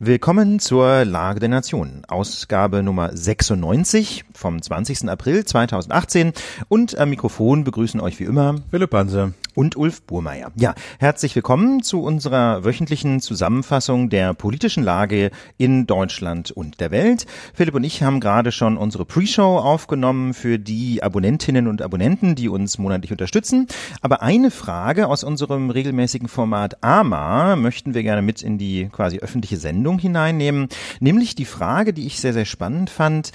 Willkommen zur Lage der Nation, Ausgabe Nummer 96 vom 20. April 2018 und am Mikrofon begrüßen euch wie immer Philipp Banse und Ulf Burmeier. Ja, herzlich willkommen zu unserer wöchentlichen Zusammenfassung der politischen Lage in Deutschland und der Welt. Philipp und ich haben gerade schon unsere Pre-Show aufgenommen für die Abonnentinnen und Abonnenten, die uns monatlich unterstützen. Aber eine Frage aus unserem regelmäßigen Format AMA möchten wir gerne mit in die quasi öffentliche Sendung hineinnehmen, nämlich die Frage, die ich sehr, sehr spannend fand,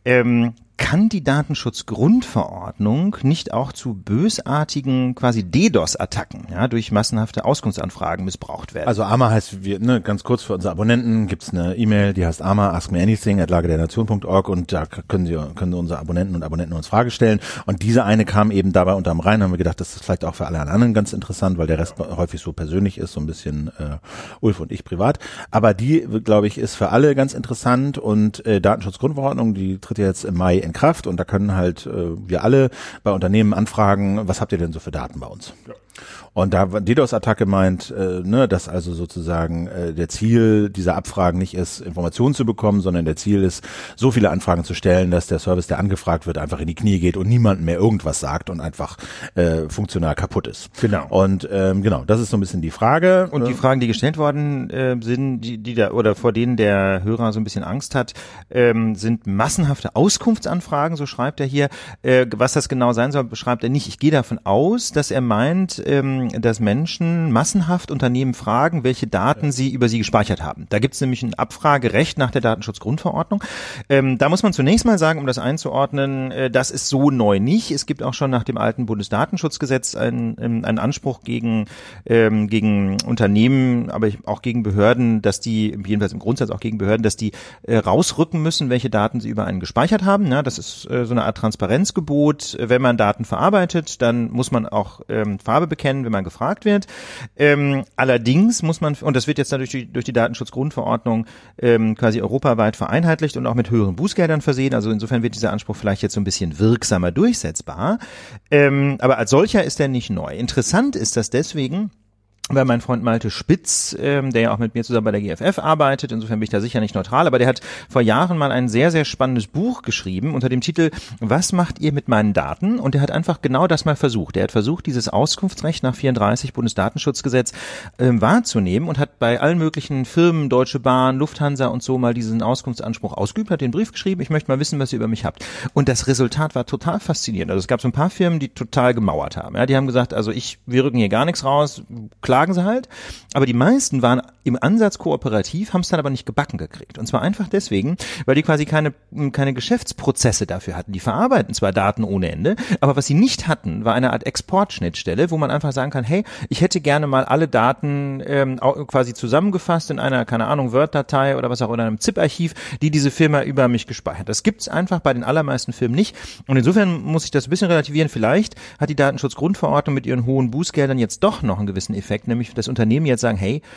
kann die Datenschutzgrundverordnung nicht auch zu bösartigen quasi DDoS-Attacken, ja, durch massenhafte Auskunftsanfragen missbraucht werden? Also AMA heißt, ganz kurz für unsere Abonnenten gibt's eine E-Mail, die heißt AMA, askmeanything@lagedernation.org und da können unsere Abonnenten und Abonnenten uns Fragen stellen. Und diese eine kam eben dabei unterm Rhein, haben wir gedacht, das ist vielleicht auch für alle anderen ganz interessant, weil der Rest häufig so persönlich ist, so ein bisschen Ulf und ich privat. Aber die, glaube ich, ist für alle ganz interessant und Datenschutzgrundverordnung, die tritt ja jetzt im Mai in Kraft und da können halt wir alle bei Unternehmen anfragen, was habt ihr denn so für Daten bei uns? Ja. Und da DDoS-Attacke meint, dass also sozusagen der Ziel dieser Abfragen nicht ist, Informationen zu bekommen, sondern der Ziel ist, so viele Anfragen zu stellen, dass der Service, der angefragt wird, einfach in die Knie geht und niemand mehr irgendwas sagt und einfach funktional kaputt ist. Genau. Und das ist so ein bisschen die Frage. Und die Fragen, die gestellt worden sind, die da oder vor denen der Hörer so ein bisschen Angst hat, sind massenhafte Auskunftsanfragen, so schreibt er hier. Was das genau sein soll, beschreibt er nicht. Ich gehe davon aus, dass er meint, dass Menschen massenhaft Unternehmen fragen, welche Daten sie über sie gespeichert haben. Da gibt es nämlich ein Abfragerecht nach der Datenschutzgrundverordnung. Da muss man zunächst mal sagen, um das einzuordnen, das ist so neu nicht. Es gibt auch schon nach dem alten Bundesdatenschutzgesetz einen Anspruch gegen Unternehmen, aber auch gegen Behörden, dass die, jedenfalls im Grundsatz auch gegen Behörden, dass die rausrücken müssen, welche Daten sie über einen gespeichert haben. Ja, das ist so eine Art Transparenzgebot. Wenn man Daten verarbeitet, dann muss man auch Farbe bekennen, wenn man gefragt wird. Allerdings muss man, und das wird jetzt natürlich durch die Datenschutzgrundverordnung quasi europaweit vereinheitlicht und auch mit höheren Bußgeldern versehen. Also insofern wird dieser Anspruch vielleicht jetzt so ein bisschen wirksamer durchsetzbar. Aber als solcher ist er nicht neu. Interessant ist das deswegen, weil mein Freund Malte Spitz, der ja auch mit mir zusammen bei der GFF arbeitet, insofern bin ich da sicher nicht neutral, aber der hat vor Jahren mal ein sehr, sehr spannendes Buch geschrieben unter dem Titel "Was macht ihr mit meinen Daten?" Und der hat einfach genau das mal versucht. Der hat versucht, dieses Auskunftsrecht nach 34 Bundesdatenschutzgesetz wahrzunehmen und hat bei allen möglichen Firmen, Deutsche Bahn, Lufthansa und so mal diesen Auskunftsanspruch ausgeübt, hat den Brief geschrieben, ich möchte mal wissen, was ihr über mich habt. Und das Resultat war total faszinierend. Also es gab so ein paar Firmen, die total gemauert haben. Ja, die haben gesagt, also wir rücken hier gar nichts raus, klagen sie halt, aber die meisten waren im Ansatz kooperativ, haben es dann aber nicht gebacken gekriegt. Und zwar einfach deswegen, weil die quasi keine Geschäftsprozesse dafür hatten. Die verarbeiten zwar Daten ohne Ende, aber was sie nicht hatten, war eine Art Exportschnittstelle, wo man einfach sagen kann, hey, ich hätte gerne mal alle Daten quasi zusammengefasst in einer, keine Ahnung, Word-Datei oder was auch in einem ZIP-Archiv, die diese Firma über mich gespeichert. Das gibt's einfach bei den allermeisten Firmen nicht. Und insofern muss ich das ein bisschen relativieren. Vielleicht hat die Datenschutzgrundverordnung mit ihren hohen Bußgeldern jetzt doch noch einen gewissen Effekt, nämlich das Unternehmen jetzt sagen, hey,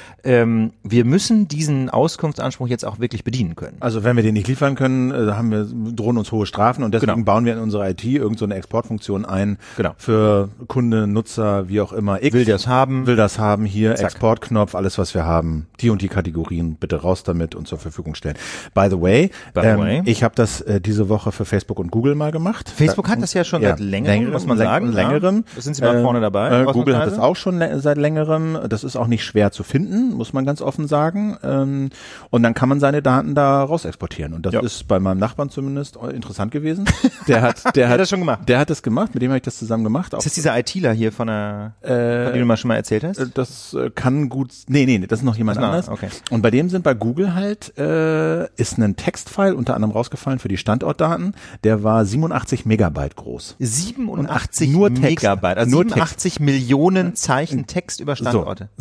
wir müssen diesen Auskunftsanspruch jetzt auch wirklich bedienen können. Also wenn wir den nicht liefern können, drohen uns hohe Strafen und deswegen bauen wir in unsere IT irgend so eine Exportfunktion ein für Kunde, Nutzer, wie auch immer. Will das haben, hier zack. Exportknopf, alles was wir haben, die und die Kategorien, bitte raus damit und zur Verfügung stellen. By the way, ich habe das diese Woche für Facebook und Google mal gemacht. Facebook hat das ja schon seit längerem, muss man sagen. Längerem. Da sind sie mal vorne dabei. Google hat das auch schon seit längerem. Das ist auch nicht schwer zu finden, muss man ganz offen sagen. Und dann kann man seine Daten da raus exportieren. Und das ist bei meinem Nachbarn zumindest interessant gewesen. Der hat das schon gemacht. Der hat das gemacht, mit dem habe ich das zusammen gemacht. Ist das dieser ITler hier von dem du mal schon mal erzählt hast? Das kann gut, nee, das ist noch jemand anders. Okay. Und bei dem sind bei Google halt, ist ein Textfile unter anderem rausgefallen für die Standortdaten. Der war 87 Megabyte groß. 87 nur Megabyte, also nur 87 Millionen Zeichen Text über Standorte.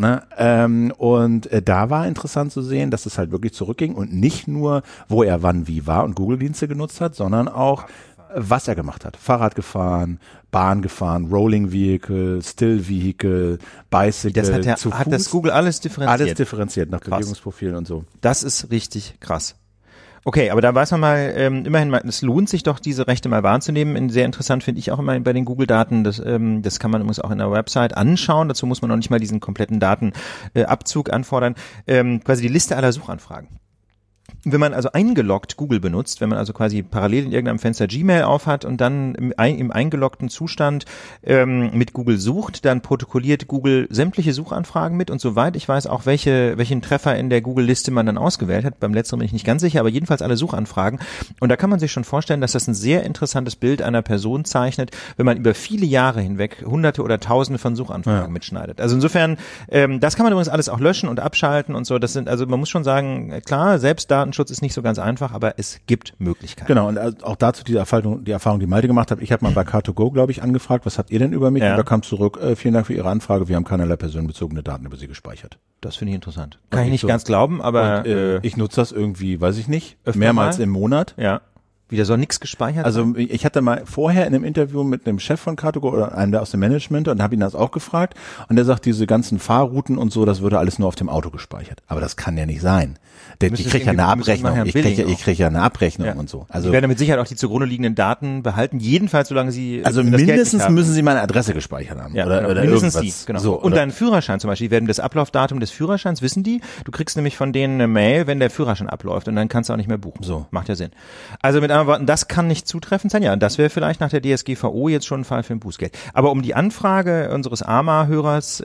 Und da war interessant zu sehen, dass es halt wirklich zurückging und nicht nur, wo er wann wie war und Google-Dienste genutzt hat, sondern auch, was er gemacht hat. Fahrrad gefahren, Bahn gefahren, Rolling Vehicle, Still Vehicle, Bicycle, hat das Google alles differenziert? Alles differenziert nach Bewegungsprofilen und so. Das ist richtig krass. Okay, aber da weiß man mal, immerhin mal, es lohnt sich doch, diese Rechte mal wahrzunehmen. Sehr interessant finde ich auch immer bei den Google-Daten, das kann man übrigens auch in der Website anschauen, dazu muss man noch nicht mal diesen kompletten Datenabzug anfordern, quasi die Liste aller Suchanfragen. Wenn man also eingeloggt Google benutzt, wenn man also quasi parallel in irgendeinem Fenster Gmail aufhat und dann im eingeloggten Zustand mit Google sucht, dann protokolliert Google sämtliche Suchanfragen mit und soweit ich weiß auch welchen Treffer in der Google-Liste man dann ausgewählt hat. Beim letzteren bin ich nicht ganz sicher, aber jedenfalls alle Suchanfragen. Und da kann man sich schon vorstellen, dass das ein sehr interessantes Bild einer Person zeichnet, wenn man über viele Jahre hinweg Hunderte oder Tausende von Suchanfragen mitschneidet. Also insofern, das kann man übrigens alles auch löschen und abschalten und so. Das sind, also man muss schon sagen, klar, selbst Datenschutz ist nicht so ganz einfach, aber es gibt Möglichkeiten. Genau, und auch dazu die Erfahrung, die Malte gemacht hat. Ich habe mal bei Car2Go, glaube ich, angefragt, was habt ihr denn über mich? Ja. Und da kam zurück, vielen Dank für Ihre Anfrage, wir haben keinerlei personenbezogene Daten über Sie gespeichert. Das finde ich interessant. Kann ich nicht so ganz glauben, aber ich nutze das irgendwie, weiß ich nicht, mehrmals im Monat. Ja. Wieder soll nichts gespeichert Also sein? Ich hatte mal vorher in einem Interview mit einem Chef von Car2Go oder einem aus dem Management und habe ihn das auch gefragt und der sagt, diese ganzen Fahrrouten und so, das würde alles nur auf dem Auto gespeichert. Aber das kann ja nicht sein. Ich kriege ja eine Abrechnung. Ich kriege ja eine Abrechnung und so. Also, Sie werden mit Sicherheit auch die zugrunde liegenden Daten behalten, jedenfalls solange Sie also mindestens müssen Sie meine Adresse gespeichert haben. Ja, oder mindestens irgendwas. Die, genau. So, und deinen Führerschein zum Beispiel, werden das Ablaufdatum des Führerscheins, wissen die? Du kriegst nämlich von denen eine Mail, wenn der Führerschein abläuft und dann kannst du auch nicht mehr buchen. So. Macht ja Sinn. Also mit anderen Worten, das kann nicht zutreffend sein. Ja, das wäre vielleicht nach der DSGVO jetzt schon ein Fall für ein Bußgeld. Aber um die Anfrage unseres AMA-Hörers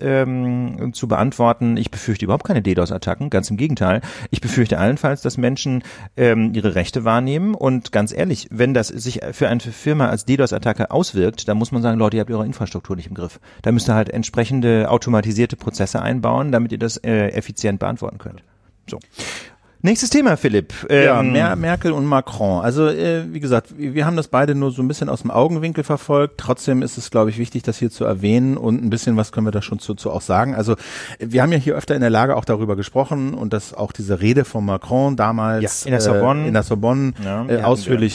zu beantworten, ich befürchte überhaupt keine DDoS-Attacken, ganz im Gegenteil. Ich befürchte allenfalls, dass Menschen ihre Rechte wahrnehmen und ganz ehrlich, wenn das sich für eine Firma als DDoS-Attacke auswirkt, dann muss man sagen, Leute, ihr habt eure Infrastruktur nicht im Griff. Da müsst ihr halt entsprechende automatisierte Prozesse einbauen, damit ihr das effizient beantworten könnt. So. Nächstes Thema, Philipp. Ja, Merkel und Macron. Also wie gesagt, wir haben das beide nur so ein bisschen aus dem Augenwinkel verfolgt. Trotzdem ist es, glaube ich, wichtig, das hier zu erwähnen und ein bisschen was können wir da schon zu auch sagen. Also wir haben ja hier öfter in der Lage auch darüber gesprochen und dass auch diese Rede von Macron damals in der Sorbonne, ausführlich,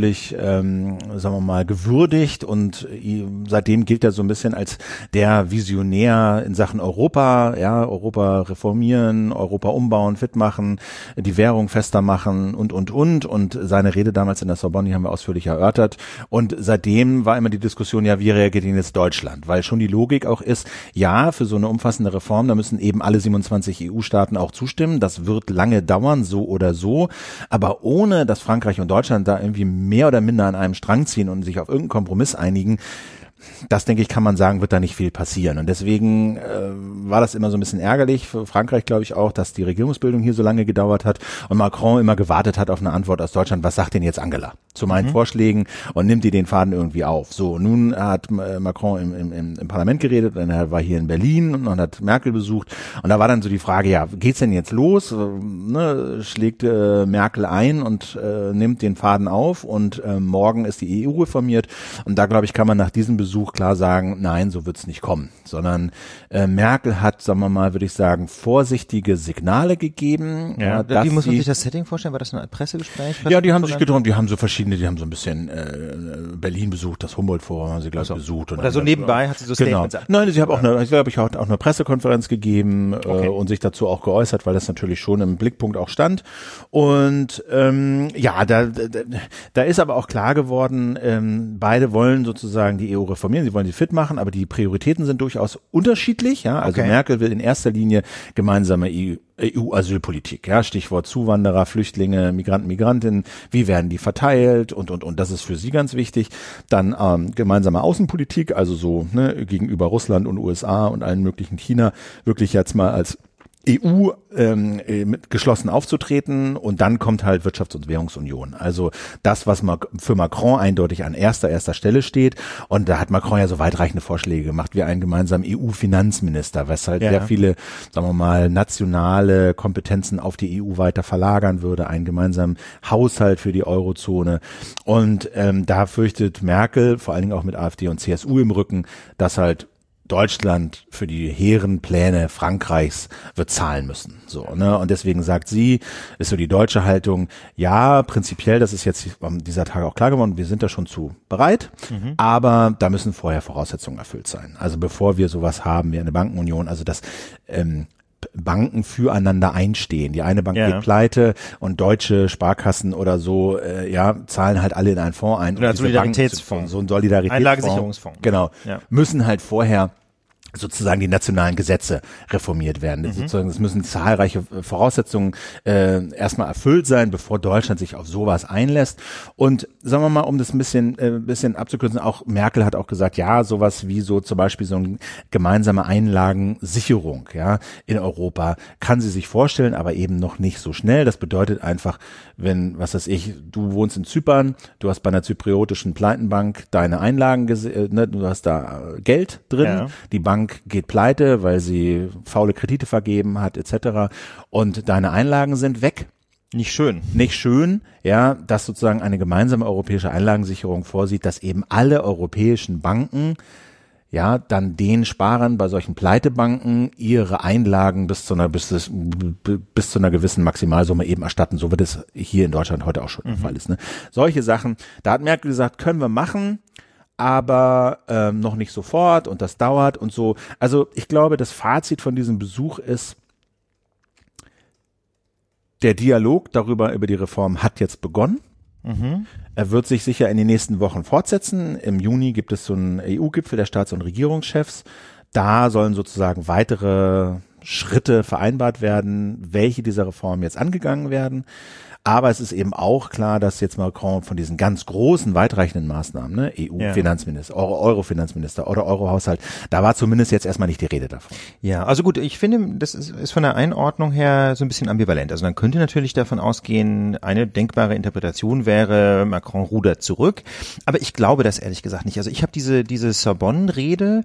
sagen wir mal, gewürdigt und seitdem gilt er so ein bisschen als der Visionär in Sachen Europa, ja, Europa reformieren, Europa umbauen, fit machen, die Währung fester machen und seine Rede damals in der Sorbonne, die haben wir ausführlich erörtert und seitdem war immer die Diskussion, ja, wie reagiert denn jetzt Deutschland, weil schon die Logik auch ist, ja, für so eine umfassende Reform, da müssen eben alle 27 EU-Staaten auch zustimmen, das wird lange dauern, so oder so, aber ohne, dass Frankreich und Deutschland da irgendwie mehr oder minder an einem Strang ziehen und sich auf irgendeinen Kompromiss einigen, das, denke ich, kann man sagen, wird da nicht viel passieren. Und deswegen war das immer so ein bisschen ärgerlich für Frankreich, glaube ich auch, dass die Regierungsbildung hier so lange gedauert hat und Macron immer gewartet hat auf eine Antwort aus Deutschland. Was sagt denn jetzt Angela zu meinen Vorschlägen und nimmt die den Faden irgendwie auf? So, nun hat Macron im Parlament geredet, und er war hier in Berlin und hat Merkel besucht. Und da war dann so die Frage, ja, geht's denn jetzt los? Schlägt Merkel ein und nimmt den Faden auf und morgen ist die EU reformiert. Und da, glaube ich, kann man nach diesem Besuch klar sagen, nein, so wird's nicht kommen, sondern Merkel hat, sagen wir mal, würde ich sagen, vorsichtige Signale gegeben. Ja, wie muss man sich das Setting vorstellen? War das ein Pressegespräch? Ja, die haben sich getroffen, die haben so ein bisschen Berlin besucht, das Humboldt-Forum haben sie gleich besucht. Oder so nebenbei hat sie so Statements. Nein, sie hat auch eine Pressekonferenz gegeben und sich dazu auch geäußert, weil das natürlich schon im Blickpunkt auch stand. Und da ist aber auch klar geworden, beide wollen sozusagen die EU reformieren, sie wollen sie fit machen, aber die Prioritäten sind durchaus unterschiedlich. Ja, also Merkel will in erster Linie gemeinsame EU-Asylpolitik, ja, Stichwort Zuwanderer, Flüchtlinge, Migranten, Migrantinnen, wie werden die verteilt und das ist für sie ganz wichtig. Dann gemeinsame Außenpolitik, also so gegenüber Russland und USA und allen möglichen China wirklich jetzt mal als EU mit geschlossen aufzutreten und dann kommt halt Wirtschafts- und Währungsunion. Also das, was für Macron eindeutig an erster Stelle steht und da hat Macron ja so weitreichende Vorschläge gemacht wie einen gemeinsamen EU-Finanzminister, was halt sehr viele, sagen wir mal, nationale Kompetenzen auf die EU weiter verlagern würde, einen gemeinsamen Haushalt für die Eurozone und da fürchtet Merkel, vor allen Dingen auch mit AfD und CSU im Rücken, dass halt Deutschland für die hehren Pläne Frankreichs wird zahlen müssen. So, und deswegen sagt sie, ist so die deutsche Haltung, ja, prinzipiell, das ist jetzt dieser Tage auch klar geworden, wir sind da schon zu bereit, aber da müssen vorher Voraussetzungen erfüllt sein. Also bevor wir sowas haben wie eine Bankenunion, also das Banken füreinander einstehen. Die eine Bank geht pleite und deutsche Sparkassen oder so, zahlen halt alle in einen Fonds ein. Oder ein Solidaritätsfonds. So ein Solidaritätsfonds. Einlagensicherungsfonds. Genau. Ja. Müssen halt vorher sozusagen die nationalen Gesetze reformiert werden. Sozusagen, es müssen zahlreiche Voraussetzungen erstmal erfüllt sein, bevor Deutschland sich auf sowas einlässt. Und sagen wir mal, um das ein bisschen abzukürzen, auch Merkel hat auch gesagt, ja, sowas wie so zum Beispiel so eine gemeinsame Einlagensicherung, ja, in Europa kann sie sich vorstellen, aber eben noch nicht so schnell. Das bedeutet einfach, wenn, was weiß ich, du wohnst in Zypern, du hast bei einer zypriotischen Pleitenbank deine Einlagen, du hast da Geld drin, die Bank geht pleite, weil sie faule Kredite vergeben hat, etc. Und deine Einlagen sind weg. Nicht schön, ja, dass sozusagen eine gemeinsame europäische Einlagensicherung vorsieht, dass eben alle europäischen Banken ja dann den Sparern bei solchen Pleitebanken ihre Einlagen bis zu einer gewissen Maximalsumme eben erstatten, so wie das hier in Deutschland heute auch schon der Fall ist. Ne? Solche Sachen, da hat Merkel gesagt, können wir machen, aber noch nicht sofort und das dauert und so. Also ich glaube, das Fazit von diesem Besuch ist, der Dialog über die Reform hat jetzt begonnen. Er wird sich sicher in den nächsten Wochen fortsetzen. Im Juni gibt es so einen EU-Gipfel der Staats- und Regierungschefs. Da sollen sozusagen weitere Schritte vereinbart werden, welche dieser Reformen jetzt angegangen werden. Aber es ist eben auch klar, dass jetzt Macron von diesen ganz großen, weitreichenden Maßnahmen, ne, EU-Finanzminister, Euro-Finanzminister oder Euro-Haushalt, da war zumindest jetzt erstmal nicht die Rede davon. Ja, also gut, ich finde, das ist von der Einordnung her so ein bisschen ambivalent. Also man könnte natürlich davon ausgehen, eine denkbare Interpretation wäre, Macron rudert zurück. Aber ich glaube das ehrlich gesagt nicht. Also ich habe diese Sorbonne-Rede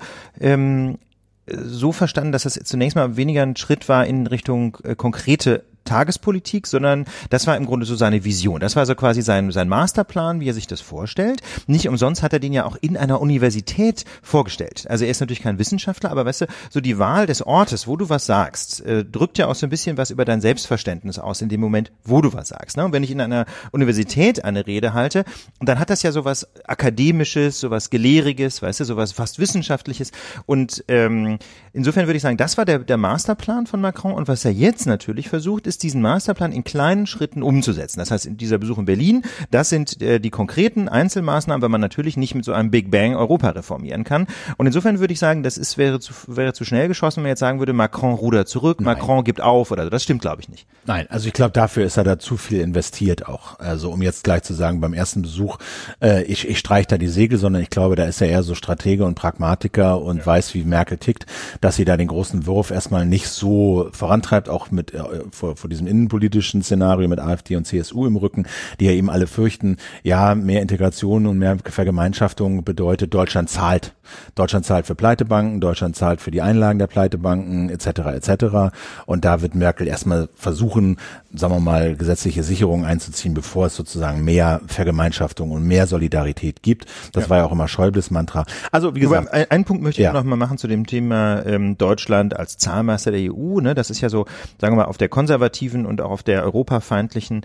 so verstanden, dass es zunächst mal weniger ein Schritt war in Richtung konkrete Tagespolitik, sondern das war im Grunde so seine Vision. Das war so quasi sein Masterplan, wie er sich das vorstellt. Nicht umsonst hat er den ja auch in einer Universität vorgestellt. Also er ist natürlich kein Wissenschaftler, aber weißt du, so die Wahl des Ortes, wo du was sagst, drückt ja auch so ein bisschen was über dein Selbstverständnis aus in dem Moment, wo du was sagst. Ne? Und wenn ich in einer Universität eine Rede halte, dann hat das ja sowas Akademisches, sowas Gelehriges, weißt du, sowas fast Wissenschaftliches. Und insofern würde ich sagen, das war der Masterplan von Macron. Und was er jetzt natürlich versucht, ist diesen Masterplan in kleinen Schritten umzusetzen. Das heißt, in dieser Besuch in Berlin, das sind die konkreten Einzelmaßnahmen, weil man natürlich nicht mit so einem Big Bang Europa reformieren kann. Und insofern würde ich sagen, das wäre zu schnell geschossen, wenn man jetzt sagen würde, Macron rudert zurück, Macron gibt auf oder so. Das stimmt, glaube ich, nicht. Nein, also ich glaube, dafür ist er da zu viel investiert auch. Also um jetzt gleich zu sagen, beim ersten Besuch, ich streiche da die Segel, sondern ich glaube, da ist er eher so Stratege und Pragmatiker und weiß, wie Merkel tickt, dass sie da den großen Wurf erstmal nicht so vorantreibt, auch mit vor diesem innenpolitischen Szenario mit AfD und CSU im Rücken, die ja eben alle fürchten, ja, mehr Integration und mehr Vergemeinschaftung bedeutet, Deutschland zahlt. Deutschland zahlt für Pleitebanken, Deutschland zahlt für die Einlagen der Pleitebanken etc. etc. Und da wird Merkel erstmal versuchen, sagen wir mal, gesetzliche Sicherungen einzuziehen, bevor es sozusagen mehr Vergemeinschaftung und mehr Solidarität gibt. Das war ja auch immer Schäubles Mantra. Also wie gesagt, einen Punkt möchte ich noch mal machen zu dem Thema Deutschland als Zahlmeister der EU. Ne? Das ist ja so, sagen wir mal, auf der konservativen und auch auf der europafeindlichen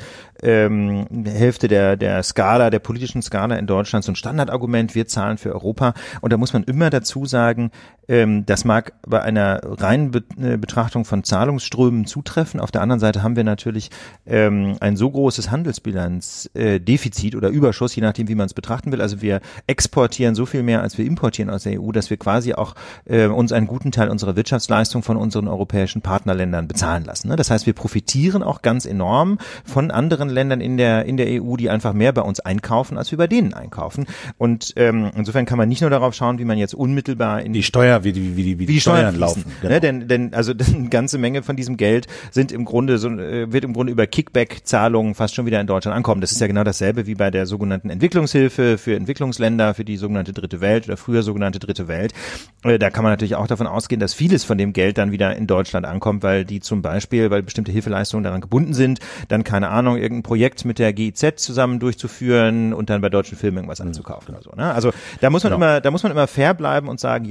Hälfte der Skala, der politischen Skala in Deutschland so ein Standardargument, wir zahlen für Europa. Und da muss man immer dazu sagen, das mag bei einer reinen Betrachtung von Zahlungsströmen zutreffen. Auf der anderen Seite haben wir natürlich ein so großes Handelsbilanzdefizit oder Überschuss, je nachdem, wie man es betrachten will. Also wir exportieren so viel mehr, als wir importieren aus der EU, dass wir quasi auch uns einen guten Teil unserer Wirtschaftsleistung von unseren europäischen Partnerländern bezahlen lassen. Ne? Das heißt, wir profitieren auch ganz enorm von anderen Ländern in der EU, die einfach mehr bei uns einkaufen, als wir bei denen einkaufen. Und insofern kann man nicht nur darauf schauen, wie man jetzt unmittelbar in die Steuer, wie die Steuern laufen. Genau. Ne? Denn also eine ganze Menge von diesem Geld wird im Grunde über Kickback-Zahlungen fast schon wieder in Deutschland ankommen. Das ist ja genau dasselbe wie bei der sogenannten Entwicklungshilfe für Entwicklungsländer, für die sogenannte Dritte Welt oder früher sogenannte Dritte Welt. Da kann man natürlich auch davon ausgehen, dass vieles von dem Geld dann wieder in Deutschland ankommt, weil die zum Beispiel, weil bestimmte Hilfeleistungen daran gebunden sind, dann keine Ahnung, irgendein Projekt mit der GIZ zusammen durchzuführen und dann bei deutschen Filmen irgendwas anzukaufen oder so. Ne? Also da muss man immer fair bleiben und sagen, ja,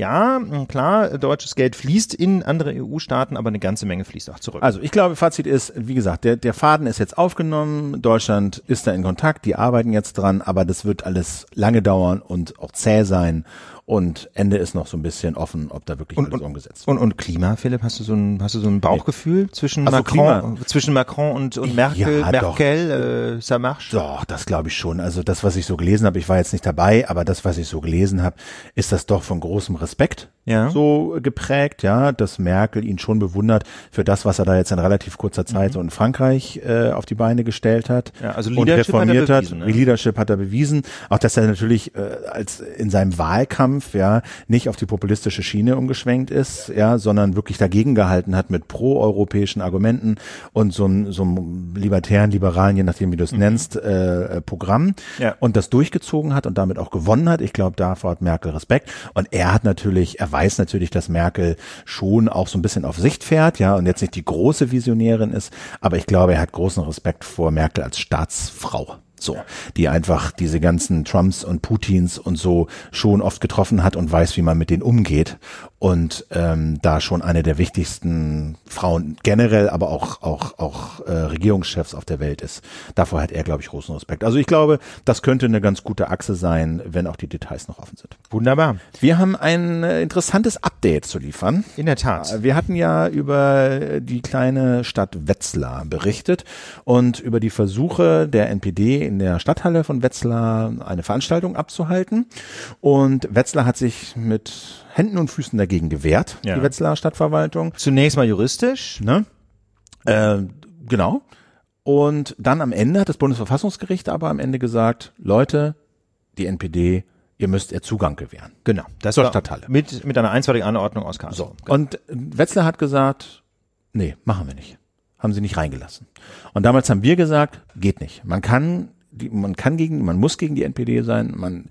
klar, deutsches Geld fließt in andere EU-Staaten, aber eine ganze Menge fließt auch zurück. Also ich glaube, Fazit ist, wie gesagt, der Faden ist jetzt aufgenommen, Deutschland ist da in Kontakt, die arbeiten jetzt dran, aber das wird alles lange dauern und auch zäh sein. Und Ende ist noch so ein bisschen offen, ob da wirklich alles umgesetzt wird. Und Klima, Philipp, hast du so ein Bauchgefühl zwischen Macron und Merkel, Ja, Merkel, ça marche? Doch, das glaube ich schon. Also das, was ich so gelesen habe, ich war jetzt nicht dabei, aber das, was ich so gelesen habe, ist das doch von großem Respekt so geprägt, ja, dass Merkel ihn schon bewundert für das, was er da jetzt in relativ kurzer Zeit so in Frankreich auf die Beine gestellt hat. Ja, also und Leadership reformiert hat er bewiesen, ne? Leadership hat er bewiesen. Auch dass er natürlich als in seinem Wahlkampf nicht auf die populistische Schiene umgeschwenkt ist, sondern wirklich dagegen gehalten hat mit proeuropäischen Argumenten und so einem libertären, liberalen, je nachdem wie du es nennst, Programm und das durchgezogen hat und damit auch gewonnen hat. Ich glaube, davor hat Merkel Respekt. Und er weiß natürlich, dass Merkel schon auch so ein bisschen auf Sicht fährt, und jetzt nicht die große Visionärin ist, aber ich glaube, er hat großen Respekt vor Merkel als Staatsfrau. So, die einfach diese ganzen Trumps und Putins und so schon oft getroffen hat und weiß, wie man mit denen umgeht und da schon eine der wichtigsten Frauen generell, aber auch Regierungschefs auf der Welt ist. Davor hat er, glaube ich, großen Respekt. Also ich glaube, das könnte eine ganz gute Achse sein, wenn auch die Details noch offen sind. Wunderbar. Wir haben ein interessantes Update zu liefern. In der Tat. Wir hatten ja über die kleine Stadt Wetzlar berichtet und über die Versuche der NPD in der Stadthalle von Wetzlar eine Veranstaltung abzuhalten. Und Wetzlar hat sich mit Händen und Füßen dagegen gewehrt, die Wetzlar Stadtverwaltung. Zunächst mal juristisch. Ne? Genau. Und dann am Ende hat das Bundesverfassungsgericht aber am Ende gesagt, Leute, die NPD, ihr müsst ihr Zugang gewähren. Genau. Das zur war Stadthalle. Mit einer einstweiligen Anordnung aus Karlsruhe. So. Und Wetzlar hat gesagt, nee, machen wir nicht. Haben sie nicht reingelassen. Und damals haben wir gesagt, geht nicht. Man muss gegen die NPD sein, man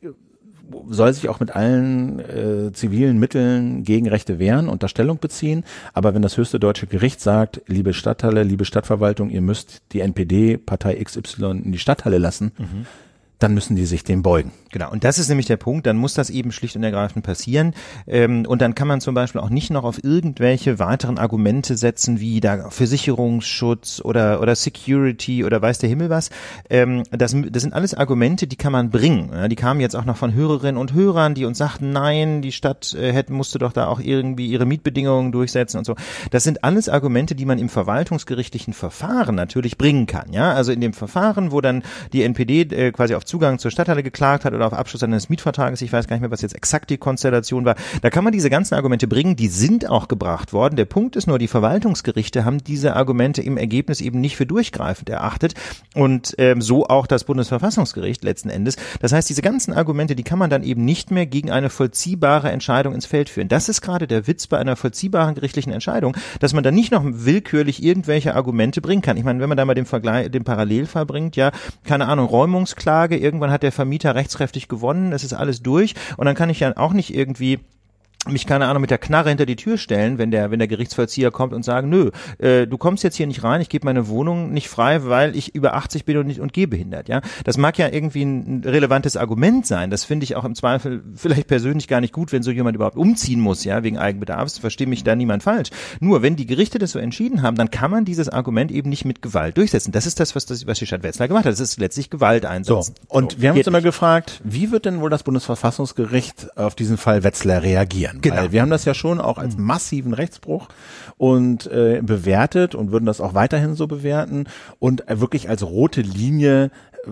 soll sich auch mit allen zivilen Mitteln gegen Rechte wehren und da Stellung beziehen. Aber wenn das höchste deutsche Gericht sagt, liebe Stadthalle, liebe Stadtverwaltung, ihr müsst die NPD, Partei XY in die Stadthalle lassen, dann müssen die sich dem beugen. Genau, und das ist nämlich der Punkt, dann muss das eben schlicht und ergreifend passieren und dann kann man zum Beispiel auch nicht noch auf irgendwelche weiteren Argumente setzen, wie da Versicherungsschutz oder Security oder weiß der Himmel was. Das sind alles Argumente, die kann man bringen. Ja, die kamen jetzt auch noch von Hörerinnen und Hörern, die uns sagten, nein, die Stadt musste doch da auch irgendwie ihre Mietbedingungen durchsetzen und so. Das sind alles Argumente, die man im verwaltungsgerichtlichen Verfahren natürlich bringen kann. Ja, also in dem Verfahren, wo dann die NPD quasi auf Zugang zur Stadthalle geklagt hat oder auf Abschluss eines Mietvertrages, ich weiß gar nicht mehr, was jetzt exakt die Konstellation war, da kann man diese ganzen Argumente bringen, die sind auch gebracht worden. Der Punkt ist nur, die Verwaltungsgerichte haben diese Argumente im Ergebnis eben nicht für durchgreifend erachtet und so auch das Bundesverfassungsgericht letzten Endes. Das heißt, diese ganzen Argumente, die kann man dann eben nicht mehr gegen eine vollziehbare Entscheidung ins Feld führen. Das ist gerade der Witz bei einer vollziehbaren gerichtlichen Entscheidung, dass man dann nicht noch willkürlich irgendwelche Argumente bringen kann. Ich meine, wenn man da mal den Parallelfall bringt, keine Ahnung, Räumungsklage, irgendwann hat der Vermieter rechtskräftig gewonnen, es ist alles durch und dann kann ich ja auch nicht irgendwie mich, keine Ahnung, mit der Knarre hinter die Tür stellen, wenn der Gerichtsvollzieher kommt und sagen, nö, du kommst jetzt hier nicht rein, ich gebe meine Wohnung nicht frei, weil ich über 80 bin und gehbehindert, ja. Das mag ja irgendwie ein relevantes Argument sein, das finde ich auch im Zweifel vielleicht persönlich gar nicht gut, wenn so jemand überhaupt umziehen muss, wegen Eigenbedarfs, verstehe mich da niemand falsch. Nur, wenn die Gerichte das so entschieden haben, dann kann man dieses Argument eben nicht mit Gewalt durchsetzen. Das ist das, was die Stadt Wetzlar gemacht hat, das ist letztlich Gewalt einsetzen. So. Und wir haben uns immer gefragt, wie wird denn wohl das Bundesverfassungsgericht auf diesen Fall Wetzlar reagieren? Genau. Weil wir haben das ja schon auch als massiven Rechtsbruch und bewertet und würden das auch weiterhin so bewerten und wirklich als rote Linie,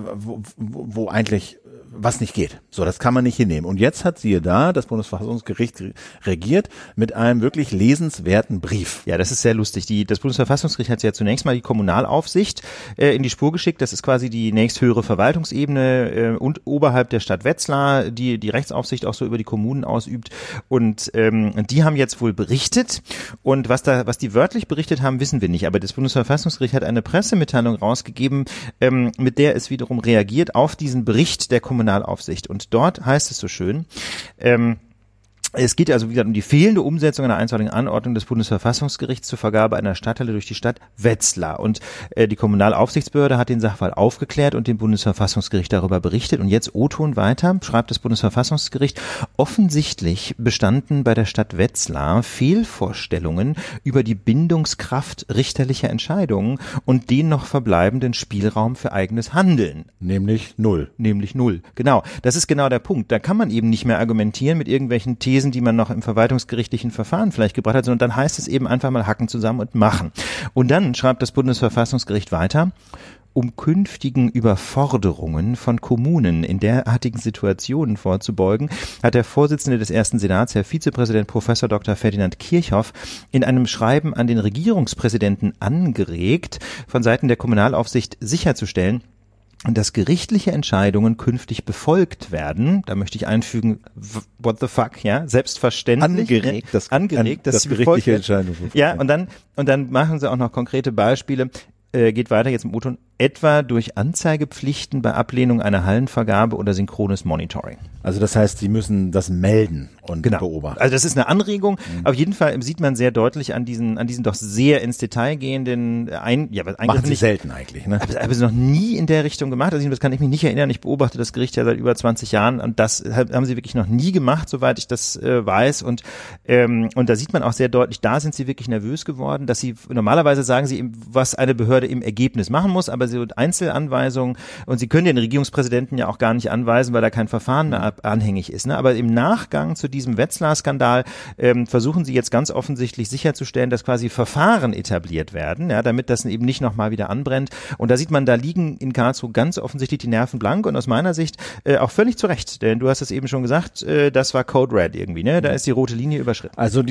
wo eigentlich was nicht geht. So, das kann man nicht hinnehmen. Und jetzt hat siehe da, das Bundesverfassungsgericht regiert mit einem wirklich lesenswerten Brief. Ja, das ist sehr lustig. Das Bundesverfassungsgericht hat ja zunächst mal die Kommunalaufsicht in die Spur geschickt. Das ist quasi die nächsthöhere Verwaltungsebene und oberhalb der Stadt Wetzlar, die Rechtsaufsicht auch so über die Kommunen ausübt. Und die haben jetzt wohl berichtet. Und was die wörtlich berichtet haben, wissen wir nicht. Aber das Bundesverfassungsgericht hat eine Pressemitteilung rausgegeben, mit der es wiederum reagiert auf diesen Bericht der Kommunalaufsicht. Und dort heißt es so schön, Es geht also, wie gesagt, um die fehlende Umsetzung einer einstweiligen Anordnung des Bundesverfassungsgerichts zur Vergabe einer Stadtteile durch die Stadt Wetzlar. Und die Kommunalaufsichtsbehörde hat den Sachverhalt aufgeklärt und dem Bundesverfassungsgericht darüber berichtet. Und jetzt O-Ton weiter, schreibt das Bundesverfassungsgericht, offensichtlich bestanden bei der Stadt Wetzlar Fehlvorstellungen über die Bindungskraft richterlicher Entscheidungen und den noch verbleibenden Spielraum für eigenes Handeln. Nämlich null. Genau. Das ist genau der Punkt. Da kann man eben nicht mehr argumentieren mit irgendwelchen Thesen, die man noch im verwaltungsgerichtlichen Verfahren vielleicht gebracht hat, sondern dann heißt es eben einfach mal hacken zusammen und machen. Und dann schreibt das Bundesverfassungsgericht weiter, um künftigen Überforderungen von Kommunen in derartigen Situationen vorzubeugen, hat der Vorsitzende des ersten Senats, Herr Vizepräsident Professor Dr. Ferdinand Kirchhoff, in einem Schreiben an den Regierungspräsidenten angeregt, von Seiten der Kommunalaufsicht sicherzustellen, dass gerichtliche Entscheidungen künftig befolgt werden. Da möchte ich einfügen, what the fuck, ja, selbstverständlich. Angeregt, dass gerichtliche Entscheidungen. Ja, und dann machen sie auch noch konkrete Beispiele. Geht weiter jetzt im O-Ton, etwa durch Anzeigepflichten bei Ablehnung einer Hallenvergabe oder synchrones Monitoring. Also das heißt, Sie müssen das melden und beobachten. Also das ist eine Anregung. Auf jeden Fall sieht man sehr deutlich an diesen doch sehr ins Detail gehenden machen Sie selten eigentlich, ne? Aber sie noch nie in der Richtung gemacht. Also das kann ich mich nicht erinnern. Ich beobachte das Gericht ja seit über 20 Jahren und das haben sie wirklich noch nie gemacht, soweit ich das weiß. Und da sieht man auch sehr deutlich, da sind sie wirklich nervös geworden, dass sie normalerweise sagen sie, was eine Behörde im Ergebnis machen muss, aber so Einzelanweisungen und sie können den Regierungspräsidenten ja auch gar nicht anweisen, weil da kein Verfahren mehr anhängig ist. Ne? Aber im Nachgang zu diesem Wetzlar-Skandal versuchen sie jetzt ganz offensichtlich sicherzustellen, dass quasi Verfahren etabliert werden, ja, damit das eben nicht nochmal wieder anbrennt. Und da sieht man, da liegen in Karlsruhe ganz offensichtlich die Nerven blank und aus meiner Sicht auch völlig zu Recht, denn du hast es eben schon gesagt, das war Code Red irgendwie, ne? Da ist die rote Linie überschritten. Also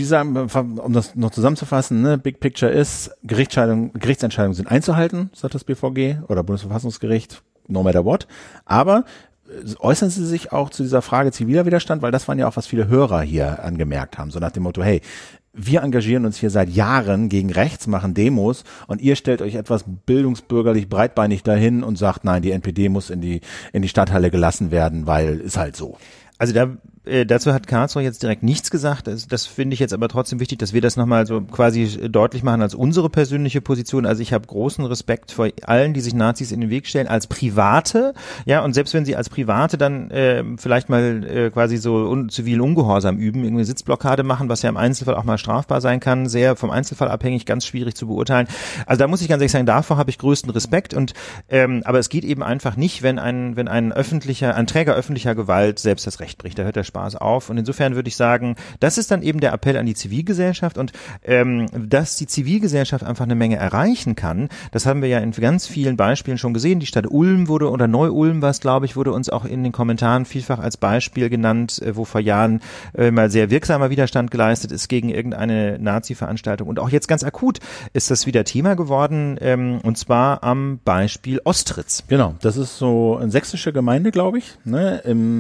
um das noch zusammenzufassen, ne, Big Picture ist, Gerichtsentscheidungen sind einzuhalten, sagt das BVG oder Bundesverfassungsgericht, no matter what. Aber äußern Sie sich auch zu dieser Frage ziviler Widerstand, weil das waren ja auch, was viele Hörer hier angemerkt haben, so nach dem Motto, hey, wir engagieren uns hier seit Jahren gegen rechts, machen Demos und ihr stellt euch etwas bildungsbürgerlich breitbeinig dahin und sagt, nein, die NPD muss in die Stadthalle gelassen werden, weil ist halt so. Also dazu hat Karlsruhe jetzt direkt nichts gesagt. Das finde ich jetzt aber trotzdem wichtig, dass wir das nochmal so quasi deutlich machen als unsere persönliche Position. Also ich habe großen Respekt vor allen, die sich Nazis in den Weg stellen, als Private. Ja, und selbst wenn sie als Private dann vielleicht mal quasi so zivilen Ungehorsam üben, irgendwie Sitzblockade machen, was ja im Einzelfall auch mal strafbar sein kann, sehr vom Einzelfall abhängig, ganz schwierig zu beurteilen. Also da muss ich ganz ehrlich sagen, davor habe ich größten Respekt. Und aber es geht eben einfach nicht, wenn ein Träger öffentlicher Gewalt selbst das Recht bricht. Da hört der Spaß auf. Und insofern würde ich sagen, das ist dann eben der Appell an die Zivilgesellschaft und dass die Zivilgesellschaft einfach eine Menge erreichen kann, das haben wir ja in ganz vielen Beispielen schon gesehen. Die Stadt Ulm oder Neu-Ulm war es, glaube ich, wurde uns auch in den Kommentaren vielfach als Beispiel genannt, wo vor Jahren mal sehr wirksamer Widerstand geleistet ist gegen irgendeine Nazi-Veranstaltung. Und auch jetzt ganz akut ist das wieder Thema geworden, und zwar am Beispiel Ostritz. Genau, das ist so eine sächsische Gemeinde, glaube ich, ne,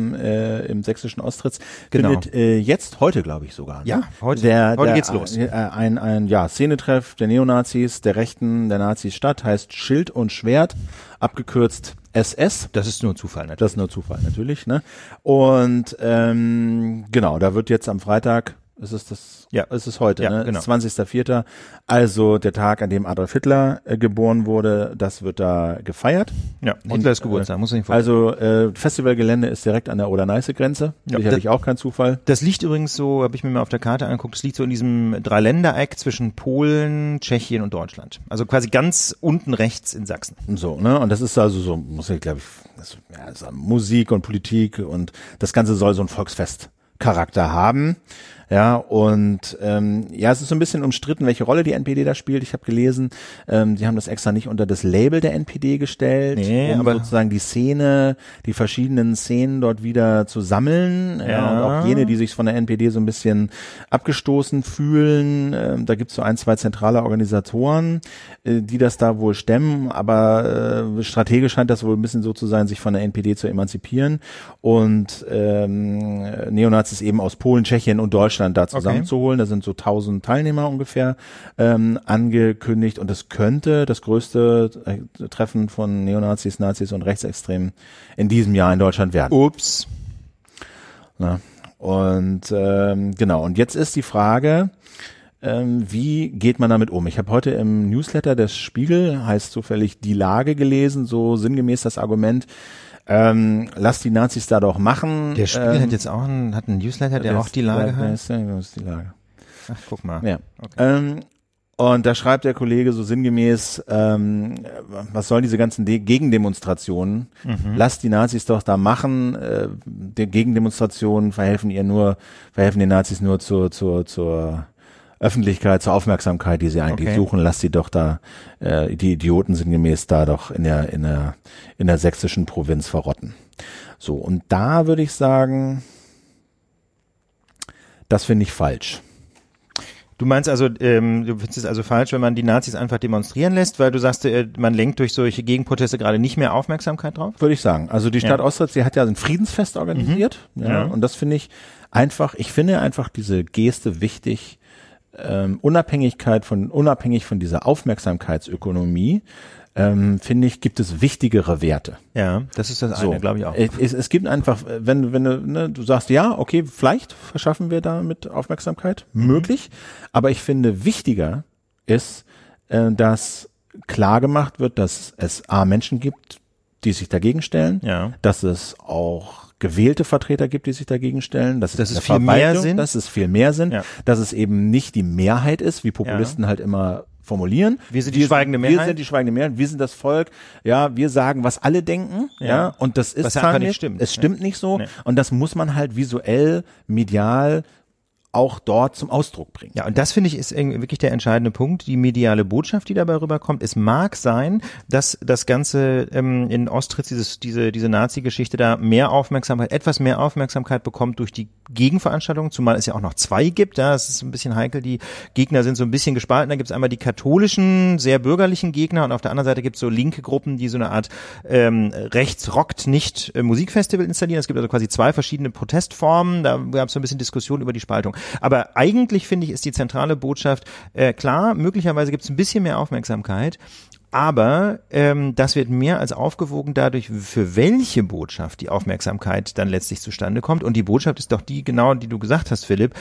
im sächsischen Ostritz. Genau. Findet heute, glaube ich sogar. Ja, ne? heute geht's los. Ein Szenetreff der Neonazis, der Rechten, der Nazis statt, heißt Schild und Schwert, abgekürzt SS. Das ist nur Zufall, natürlich. Das ist nur Zufall, natürlich, ne? Und genau, da wird jetzt am Freitag, es ist heute, ja, ne? Genau. 20.04., also der Tag, an dem Adolf Hitler geboren wurde, das wird da gefeiert. Ja, Hitlers Geburtstag, muss ich nicht vorstellen. Also Festivalgelände ist direkt an der Oder-Neiße-Grenze, sicherlich auch kein Zufall. Das liegt übrigens so, habe ich mir mal auf der Karte angeguckt, es liegt so in diesem Dreiländereck zwischen Polen, Tschechien und Deutschland. Also quasi ganz unten rechts in Sachsen. So, ne? Und das ist also so, muss ich glaube ich, das ist Musik und Politik und das Ganze soll so ein Volksfest-Charakter haben. Ja, und es ist so ein bisschen umstritten, welche Rolle die NPD da spielt. Ich habe gelesen, die haben das extra nicht unter das Label der NPD gestellt, aber sozusagen die verschiedenen Szenen dort wieder zu sammeln. Ja. Und auch jene, die sich von der NPD so ein bisschen abgestoßen fühlen. Da gibt's so 1, 2 zentrale Organisatoren, die das da wohl stemmen, aber strategisch scheint das wohl ein bisschen so zu sein, sich von der NPD zu emanzipieren. Und Neonazis eben aus Polen, Tschechien und Deutschland da zusammenzuholen. Da sind so 1000 Teilnehmer ungefähr angekündigt und das könnte das größte Treffen von Neonazis, Nazis und Rechtsextremen in diesem Jahr in Deutschland werden. Ups. Na, Und genau, und jetzt ist die Frage, wie geht man damit um? Ich habe heute im Newsletter des Spiegel, heißt zufällig Die Lage gelesen, so sinngemäß das Argument, lass die Nazis da doch machen. Der Spiegel hat jetzt auch einen Newsletter, der auch Die Lage heißt. Die Lage. Ach, guck mal. Ja. Okay. Und da schreibt der Kollege so sinngemäß, was sollen diese ganzen Gegendemonstrationen? Lass die Nazis doch da machen. Die Gegendemonstrationen verhelfen den Nazis nur zur Öffentlichkeit, zur Aufmerksamkeit, die sie eigentlich suchen. Lass sie doch da, die Idioten sinngemäß da doch in der sächsischen Provinz verrotten. So, und da würde ich sagen, das finde ich falsch. Du meinst also, du findest es also falsch, wenn man die Nazis einfach demonstrieren lässt, weil du sagst, man lenkt durch solche Gegenproteste gerade nicht mehr Aufmerksamkeit drauf? Würde ich sagen. Also die Stadt Ostritz, die hat ja ein Friedensfest organisiert. Ja. Und das finde ich einfach diese Geste wichtig, unabhängig von dieser Aufmerksamkeitsökonomie, finde ich, gibt es wichtigere Werte. Ja, das ist das eine, glaube ich auch. Es gibt einfach, wenn du sagst, ja, okay, vielleicht verschaffen wir damit Aufmerksamkeit, möglich, aber ich finde, wichtiger ist, dass klar gemacht wird, dass es Menschen gibt, die sich dagegen stellen, dass es auch gewählte Vertreter gibt, die sich dagegen stellen, dass es viel mehr sind, dass es eben nicht die Mehrheit ist, wie Populisten halt immer formulieren. Wir sind die schweigende Mehrheit. Wir sind die schweigende Mehrheit, wir sind das Volk, ja, wir sagen, was alle denken, und das ist was nicht stimmt. Es stimmt nicht so und das muss man halt visuell, medial auch dort zum Ausdruck bringen. Ja, und das finde ich ist wirklich der entscheidende Punkt, die mediale Botschaft, die dabei rüberkommt. Es mag sein, dass das Ganze in Ostritz, diese Nazi-Geschichte da etwas mehr Aufmerksamkeit bekommt durch die Gegenveranstaltungen, zumal es ja auch noch 2 gibt. Ja, das ist ein bisschen heikel, die Gegner sind so ein bisschen gespalten. Da gibt es einmal die katholischen, sehr bürgerlichen Gegner und auf der anderen Seite gibt es so linke Gruppen, die so eine Art rechts-rockt-nicht Musikfestival installieren. Es gibt also quasi 2 verschiedene Protestformen. Da gab es so ein bisschen Diskussion über die Spaltung. Aber eigentlich, finde ich, ist die zentrale Botschaft, klar, möglicherweise gibt es ein bisschen mehr Aufmerksamkeit, aber das wird mehr als aufgewogen dadurch, für welche Botschaft die Aufmerksamkeit dann letztlich zustande kommt. Und die Botschaft ist doch die, genau, die du gesagt hast, Philipp.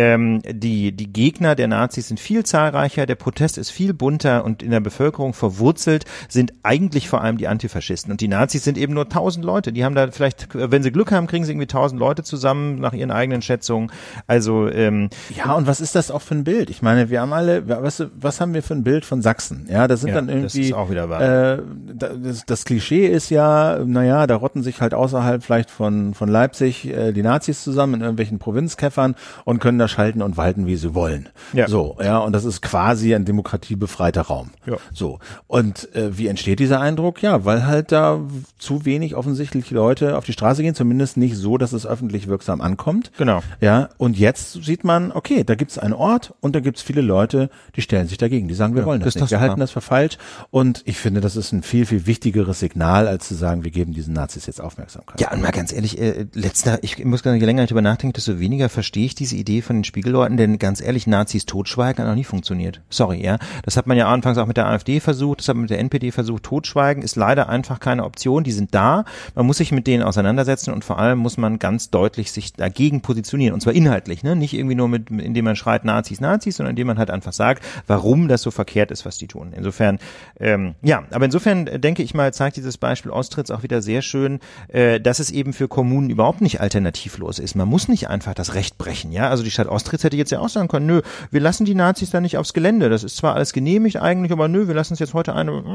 Die Gegner der Nazis sind viel zahlreicher, der Protest ist viel bunter und in der Bevölkerung verwurzelt sind eigentlich vor allem die Antifaschisten. Und die Nazis sind eben nur 1000 Leute. Die haben da vielleicht, wenn sie Glück haben, kriegen sie irgendwie 1000 Leute zusammen nach ihren eigenen Schätzungen. Also ja, und was ist das auch für ein Bild? Ich meine, wir haben alle, was haben wir für ein Bild von Sachsen? Ja, das sind dann irgendwie ist auch wieder wahr. Das Klischee ist ja, naja, da rotten sich halt außerhalb vielleicht von Leipzig die Nazis zusammen in irgendwelchen Provinzkäffern und können da schalten und walten, wie sie wollen. Ja. So, ja, und das ist quasi ein demokratiebefreiter Raum. Ja. So. Und wie entsteht dieser Eindruck? Ja, weil halt da zu wenig offensichtlich Leute auf die Straße gehen, zumindest nicht so, dass es öffentlich wirksam ankommt. Genau. Ja, und jetzt sieht man, okay, da gibt's einen Ort und da gibt's viele Leute, die stellen sich dagegen. Die sagen, wir wollen das nicht. Wir halten das für falsch. Und ich finde, das ist ein viel, viel wichtigeres Signal, als zu sagen, wir geben diesen Nazis jetzt Aufmerksamkeit. Ja, und mal ganz ehrlich, ich muss gar nicht länger drüber nachdenken, desto weniger verstehe ich diese Idee von den Spiegelleuten, denn ganz ehrlich, Nazis totschweigen hat noch nie funktioniert. Sorry, ja. Das hat man ja anfangs auch mit der AfD versucht, das hat man mit der NPD versucht. Totschweigen ist leider einfach keine Option. Die sind da. Man muss sich mit denen auseinandersetzen und vor allem muss man ganz deutlich sich dagegen positionieren. Und zwar inhaltlich, ne? Nicht irgendwie nur indem man schreit Nazis, Nazis, sondern indem man halt einfach sagt, warum das so verkehrt ist, was die tun. Insofern, ja, aber insofern denke ich mal, zeigt dieses Beispiel Ostritz auch wieder sehr schön, dass es eben für Kommunen überhaupt nicht alternativlos ist. Man muss nicht einfach das Recht brechen, ja. Also die Stadt Ostritz hätte jetzt ja auch sagen können, nö, wir lassen die Nazis da nicht aufs Gelände. Das ist zwar alles genehmigt eigentlich, aber nö, wir lassen es jetzt heute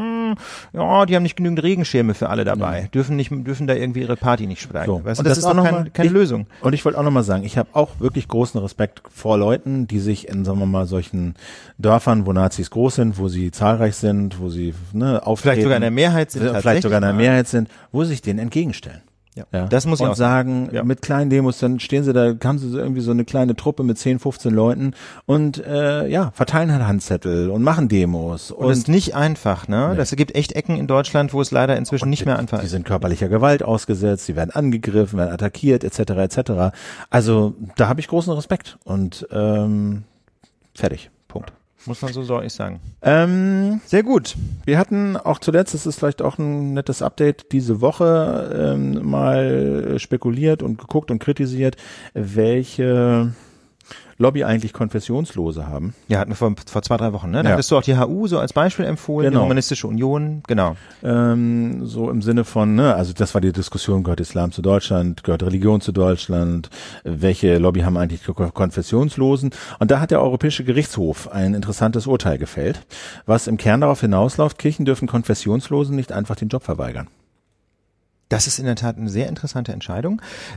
ja, die haben nicht genügend Regenschirme für alle dabei. Dürfen da irgendwie ihre Party nicht steigen. So. Weißt du, das ist auch keine Lösung. Und ich wollte auch nochmal sagen, ich habe auch wirklich großen Respekt vor Leuten, die sich in, sagen wir mal, solchen Dörfern, wo Nazis groß sind, wo sie zahlreich sind, wo sie auftreten, vielleicht sogar in der Mehrheit sind, wo sie sich denen entgegenstellen. Ja, das muss ich auch sagen. Mit kleinen Demos, dann stehen sie da, haben sie so irgendwie so eine kleine Truppe mit 10, 15 Leuten und verteilen halt Handzettel und machen Demos. Und das ist nicht einfach, ne? Nee. Das gibt echt Ecken in Deutschland, wo es leider inzwischen nicht mehr einfach ist. Die sind körperlicher Gewalt ausgesetzt, sie werden angegriffen, werden attackiert, etc. Also da habe ich großen Respekt und fertig. Punkt. muss man so deutlich sagen. Sehr gut. Wir hatten auch zuletzt, das ist vielleicht auch ein nettes Update, diese Woche mal spekuliert und geguckt und kritisiert, welche Lobby eigentlich Konfessionslose haben. Ja, hatten wir vor 2-3 Wochen, ne? Da hattest du auch die HU so als Beispiel empfohlen, genau. Die Humanistische Union, genau. So im Sinne von, ne, also das war die Diskussion, gehört Islam zu Deutschland, gehört Religion zu Deutschland, welche Lobby haben eigentlich Konfessionslosen? Und da hat der Europäische Gerichtshof ein interessantes Urteil gefällt, was im Kern darauf hinausläuft, Kirchen dürfen Konfessionslosen nicht einfach den Job verweigern. Das ist in der Tat eine sehr interessante Entscheidung.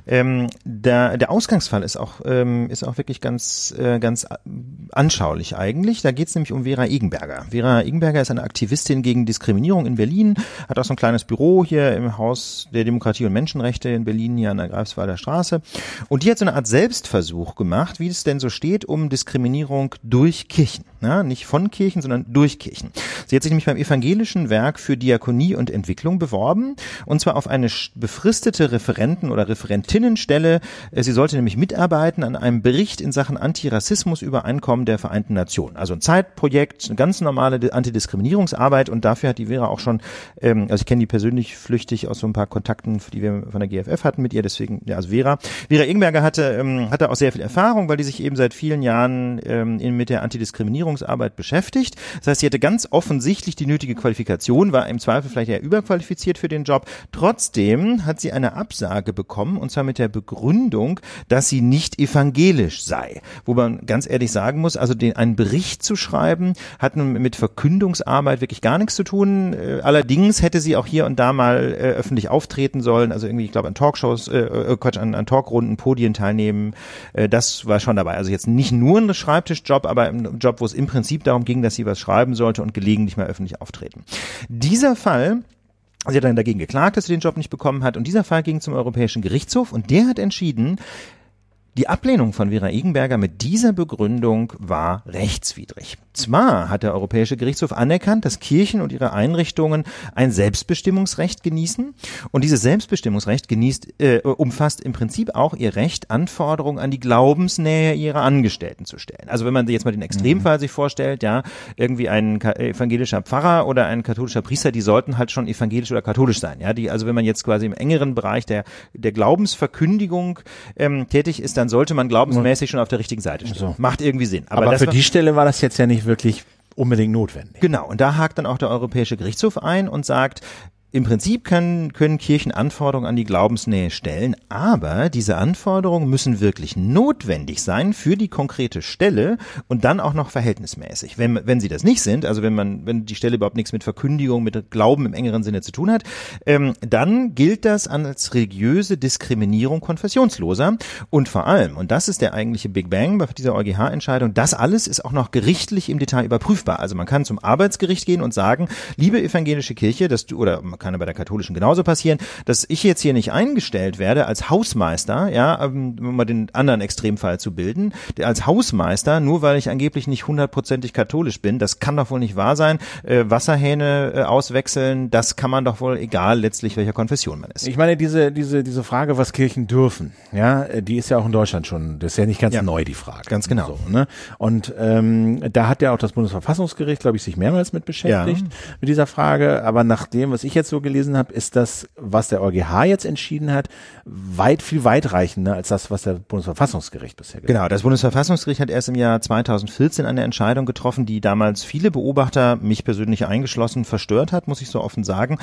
Der Ausgangsfall ist auch wirklich ganz anschaulich eigentlich. Da geht es nämlich um Vera Egenberger. Vera Egenberger ist eine Aktivistin gegen Diskriminierung in Berlin, hat auch so ein kleines Büro hier im Haus der Demokratie und Menschenrechte in Berlin, hier an der Greifswalder Straße. Und die hat so eine Art Selbstversuch gemacht, wie es denn so steht, um Diskriminierung durch Kirchen. Ja, nicht von Kirchen, sondern durch Kirchen. Sie hat sich nämlich beim Evangelischen Werk für Diakonie und Entwicklung beworben, und zwar auf eine befristete Referenten- oder Referentinnenstelle. Sie sollte nämlich mitarbeiten an einem Bericht in Sachen Antirassismus-Übereinkommen der Vereinten Nationen. Also ein Zeitprojekt, eine ganz normale Antidiskriminierungsarbeit, und dafür hat die Vera auch schon, also ich kenne die persönlich flüchtig aus so ein paar Kontakten, die wir von der GFF hatten mit ihr, deswegen, ja, also Vera Egenberger hatte auch sehr viel Erfahrung, weil die sich eben seit vielen Jahren mit der Antidiskriminierungsarbeit beschäftigt. Das heißt, sie hatte ganz offensichtlich die nötige Qualifikation, war im Zweifel vielleicht eher überqualifiziert für den Job. Trotzdem hat sie eine Absage bekommen, und zwar mit der Begründung, dass sie nicht evangelisch sei. Wo man ganz ehrlich sagen muss, also einen Bericht zu schreiben, hat nun mit Verkündungsarbeit wirklich gar nichts zu tun. Allerdings hätte sie auch hier und da mal öffentlich auftreten sollen, also irgendwie, ich glaube, an Talkshows, an Talkrunden, Podien teilnehmen. Das war schon dabei. Also jetzt nicht nur ein Schreibtischjob, aber ein Job, wo es im Prinzip darum ging, dass sie was schreiben sollte und gelegentlich mal öffentlich auftreten. Dieser Fall, sie hat dann dagegen geklagt, dass sie den Job nicht bekommen hat, und dieser Fall ging zum Europäischen Gerichtshof, und der hat entschieden, die Ablehnung von Vera Egenberger mit dieser Begründung war rechtswidrig. Zwar hat der Europäische Gerichtshof anerkannt, dass Kirchen und ihre Einrichtungen ein Selbstbestimmungsrecht genießen, und dieses Selbstbestimmungsrecht umfasst im Prinzip auch ihr Recht, Anforderungen an die Glaubensnähe ihrer Angestellten zu stellen. Also wenn man sich jetzt mal den Extremfall sich vorstellt, ja, irgendwie ein evangelischer Pfarrer oder ein katholischer Priester, die sollten halt schon evangelisch oder katholisch sein. Ja, also wenn man jetzt quasi im engeren Bereich der Glaubensverkündigung tätig ist, dann sollte man glaubensmäßig schon auf der richtigen Seite stehen. So. Macht irgendwie Sinn. Aber für die Stelle war das jetzt ja nicht wirklich unbedingt notwendig. Genau, und da hakt dann auch der Europäische Gerichtshof ein und sagt, im Prinzip können Kirchen Anforderungen an die Glaubensnähe stellen, aber diese Anforderungen müssen wirklich notwendig sein für die konkrete Stelle und dann auch noch verhältnismäßig. Wenn sie das nicht sind, also wenn die Stelle überhaupt nichts mit Verkündigung, mit Glauben im engeren Sinne zu tun hat, dann gilt das als religiöse Diskriminierung Konfessionsloser, und vor allem, und das ist der eigentliche Big Bang bei dieser EuGH-Entscheidung, das alles ist auch noch gerichtlich im Detail überprüfbar. Also man kann zum Arbeitsgericht gehen und sagen, liebe evangelische Kirche, oder man kann bei der katholischen genauso passieren, dass ich jetzt hier nicht eingestellt werde als Hausmeister, ja, um mal den anderen Extremfall zu bilden, als Hausmeister, nur weil ich angeblich nicht 100%ig katholisch bin, das kann doch wohl nicht wahr sein. Wasserhähne auswechseln, das kann man doch wohl, egal letztlich welcher Konfession man ist. Ich meine, diese Frage, was Kirchen dürfen, ja, die ist ja auch in Deutschland schon, das ist ja nicht ganz neu, die Frage. Ganz genau. So, ne? Und da hat ja auch das Bundesverfassungsgericht, glaube ich, sich mehrmals mit beschäftigt, mit dieser Frage, aber nach dem, was ich jetzt so gelesen habe, ist das, was der EuGH jetzt entschieden hat, viel weitreichender als das, was der Bundesverfassungsgericht bisher gesagt hat. Genau, das Bundesverfassungsgericht hat erst im Jahr 2014 eine Entscheidung getroffen, die damals viele Beobachter, mich persönlich eingeschlossen, verstört hat, muss ich so offen sagen.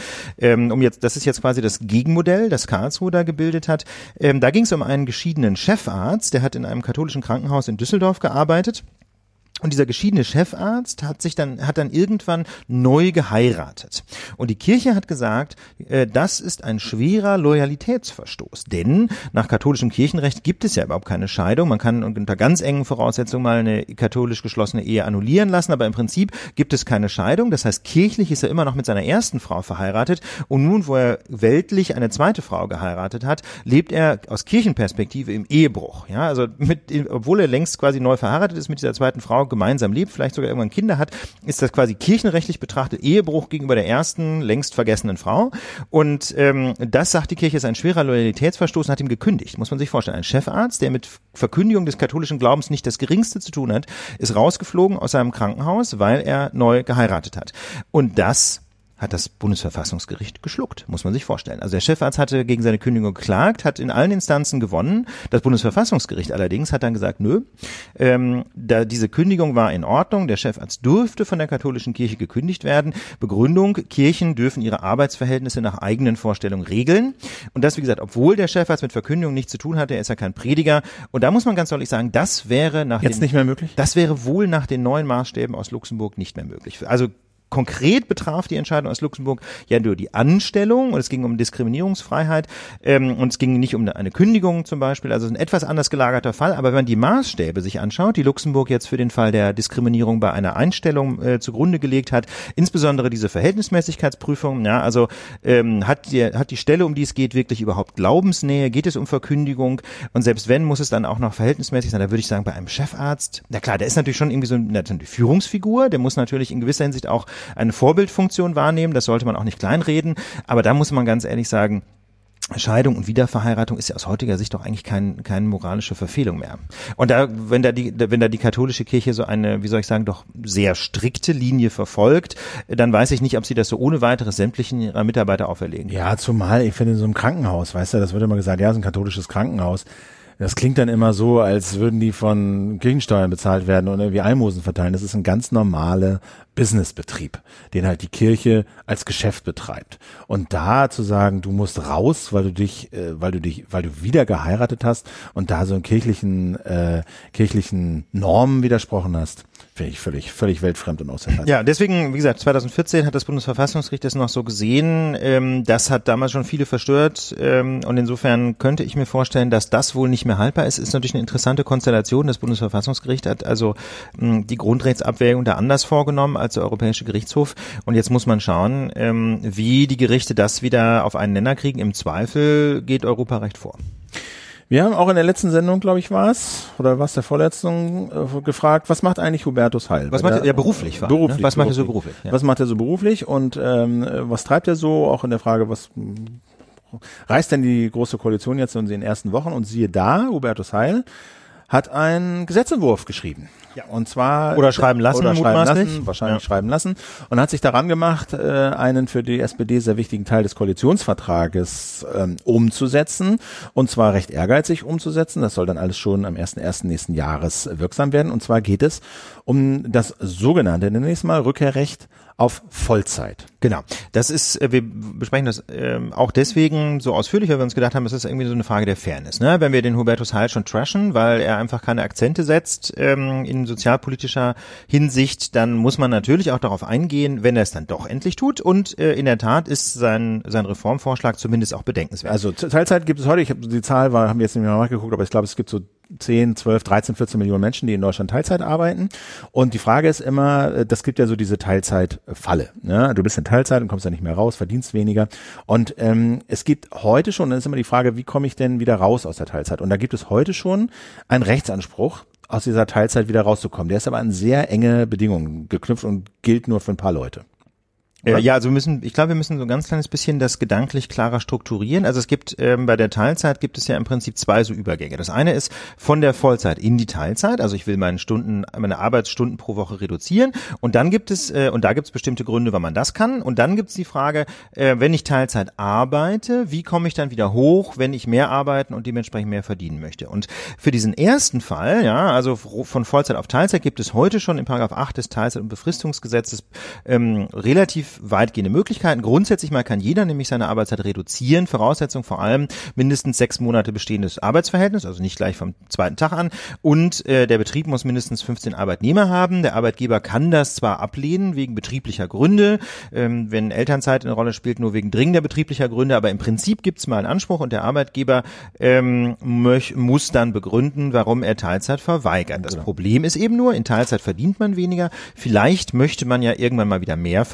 Das ist jetzt quasi das Gegenmodell, das Karlsruhe da gebildet hat. Da ging es um einen geschiedenen Chefarzt, der hat in einem katholischen Krankenhaus in Düsseldorf gearbeitet. Und dieser geschiedene Chefarzt hat dann irgendwann neu geheiratet. Und die Kirche hat gesagt, das ist ein schwerer Loyalitätsverstoß. Denn nach katholischem Kirchenrecht gibt es ja überhaupt keine Scheidung. Man kann unter ganz engen Voraussetzungen mal eine katholisch geschlossene Ehe annullieren lassen, aber im Prinzip gibt es keine Scheidung. Das heißt, kirchlich ist er immer noch mit seiner ersten Frau verheiratet. Und nun, wo er weltlich eine zweite Frau geheiratet hat, lebt er aus Kirchenperspektive im Ehebruch. Ja, also obwohl er längst quasi neu verheiratet ist mit dieser zweiten Frau, gemeinsam lebt, vielleicht sogar irgendwann Kinder hat, ist das quasi kirchenrechtlich betrachtet Ehebruch gegenüber der ersten, längst vergessenen Frau. Und das, sagt die Kirche, ist ein schwerer Loyalitätsverstoß und hat ihm gekündigt. Muss man sich vorstellen. Ein Chefarzt, der mit Verkündigung des katholischen Glaubens nicht das Geringste zu tun hat, ist rausgeflogen aus seinem Krankenhaus, weil er neu geheiratet hat. Und das hat das Bundesverfassungsgericht geschluckt, muss man sich vorstellen. Also der Chefarzt hatte gegen seine Kündigung geklagt, hat in allen Instanzen gewonnen. Das Bundesverfassungsgericht allerdings hat dann gesagt, nö, diese Kündigung war in Ordnung. Der Chefarzt durfte von der katholischen Kirche gekündigt werden. Begründung, Kirchen dürfen ihre Arbeitsverhältnisse nach eigenen Vorstellungen regeln. Und das, wie gesagt, obwohl der Chefarzt mit Verkündigung nichts zu tun hatte, er ist ja kein Prediger. Und da muss man ganz deutlich sagen, das wäre nicht mehr möglich? Das wäre wohl nach den neuen Maßstäben aus Luxemburg nicht mehr möglich. Also konkret betraf die Entscheidung aus Luxemburg ja nur die Anstellung und es ging um Diskriminierungsfreiheit und es ging nicht um eine Kündigung zum Beispiel, also ein etwas anders gelagerter Fall, aber wenn man die Maßstäbe sich anschaut, die Luxemburg jetzt für den Fall der Diskriminierung bei einer Einstellung zugrunde gelegt hat, insbesondere diese Verhältnismäßigkeitsprüfung, ja, also hat die Stelle, um die es geht, wirklich überhaupt Glaubensnähe, geht es um Verkündigung und selbst wenn, muss es dann auch noch verhältnismäßig sein, da würde ich sagen, bei einem Chefarzt, na klar, der ist natürlich schon irgendwie so eine Führungsfigur, der muss natürlich in gewisser Hinsicht auch eine Vorbildfunktion wahrnehmen, das sollte man auch nicht kleinreden, aber da muss man ganz ehrlich sagen, Scheidung und Wiederverheiratung ist ja aus heutiger Sicht doch eigentlich keine moralische Verfehlung mehr. Und da, wenn da die katholische Kirche so eine, wie soll ich sagen, doch sehr strikte Linie verfolgt, dann weiß ich nicht, ob sie das so ohne weiteres sämtlichen ihrer Mitarbeiter auferlegen. Ja, zumal, ich finde, in so einem Krankenhaus, weißt du, das wird immer gesagt, ja, es ist ein katholisches Krankenhaus. Das klingt dann immer so, als würden die von Kirchensteuern bezahlt werden und irgendwie Almosen verteilen. Das ist ein ganz normaler Businessbetrieb, den halt die Kirche als Geschäft betreibt. Und da zu sagen, du musst raus, weil du wieder geheiratet hast und da so einen kirchlichen Normen widersprochen hast, finde ich völlig weltfremd und außerhalb. Ja, deswegen, wie gesagt, 2014 hat das Bundesverfassungsgericht das noch so gesehen. Das hat damals schon viele verstört. Und insofern könnte ich mir vorstellen, dass das wohl nicht mehr haltbar ist. Ist natürlich eine interessante Konstellation. Das Bundesverfassungsgericht hat also die Grundrechtsabwägung da anders vorgenommen als der Europäische Gerichtshof. Und jetzt muss man schauen, wie die Gerichte das wieder auf einen Nenner kriegen. Im Zweifel geht Europarecht vor. Wir haben auch in der letzten Sendung, glaube ich, der vorletzten, gefragt, was macht eigentlich Hubertus Heil? Was macht er beruflich? Was macht er so beruflich? Ja. Was macht er so beruflich und was treibt er so? Auch in der Frage, was reißt denn die Große Koalition jetzt in den ersten Wochen? Und siehe da, Hubertus Heil hat einen Gesetzentwurf geschrieben. Ja. Und zwar schreiben lassen, wahrscheinlich schreiben lassen und hat sich daran gemacht, einen für die SPD sehr wichtigen Teil des Koalitionsvertrages umzusetzen und zwar recht ehrgeizig umzusetzen. Das soll dann alles schon am 1.1. nächsten Jahres wirksam werden. Und zwar geht es um das sogenannte, zunächst mal Rückkehrrecht auf Vollzeit. Genau. Das ist, wir besprechen das auch deswegen so ausführlich, weil wir uns gedacht haben, es ist irgendwie so eine Frage der Fairness. Ne? Wenn wir den Hubertus Heil schon trashen, weil er einfach keine Akzente setzt in sozialpolitischer Hinsicht, dann muss man natürlich auch darauf eingehen, wenn er es dann doch endlich tut. Und in der Tat ist sein Reformvorschlag zumindest auch bedenkenswert. Also Teilzeit gibt es heute, die Zahl haben wir jetzt nicht mehr nachgeguckt, aber ich glaube, es gibt so 10, 12, 13, 14 Millionen Menschen, die in Deutschland Teilzeit arbeiten. Und die Frage ist immer, das gibt ja so diese Teilzeitfalle. Ne? Du bist in Teilzeit und kommst da nicht mehr raus, verdienst weniger. Und es gibt heute schon, dann ist immer die Frage, wie komme ich denn wieder raus aus der Teilzeit? Und da gibt es heute schon einen Rechtsanspruch, aus dieser Teilzeit wieder rauszukommen. Der ist aber an sehr enge Bedingungen geknüpft und gilt nur für ein paar Leute. Ja, also ich glaube, wir müssen so ein ganz kleines bisschen das gedanklich klarer strukturieren. Also es gibt bei der Teilzeit gibt es ja im Prinzip zwei so Übergänge. Das eine ist von der Vollzeit in die Teilzeit. Also ich will meine Arbeitsstunden pro Woche reduzieren. Und dann gibt es bestimmte Gründe, warum man das kann. Und dann gibt es die Frage, wenn ich Teilzeit arbeite, wie komme ich dann wieder hoch, wenn ich mehr arbeiten und dementsprechend mehr verdienen möchte? Und für diesen ersten Fall, ja, also von Vollzeit auf Teilzeit gibt es heute schon in § 8 des Teilzeit- und Befristungsgesetzes relativ weitgehende Möglichkeiten. Grundsätzlich mal kann jeder nämlich seine Arbeitszeit reduzieren. Voraussetzung vor allem mindestens 6 Monate bestehendes Arbeitsverhältnis, also nicht gleich vom zweiten Tag an. Und der Betrieb muss mindestens 15 Arbeitnehmer haben. Der Arbeitgeber kann das zwar ablehnen wegen betrieblicher Gründe, wenn Elternzeit eine Rolle spielt, nur wegen dringender betrieblicher Gründe, aber im Prinzip gibt es mal einen Anspruch und der Arbeitgeber muss dann begründen, warum er Teilzeit verweigert. Das Problem ist eben nur, in Teilzeit verdient man weniger. Vielleicht möchte man ja irgendwann mal wieder mehr verdienen.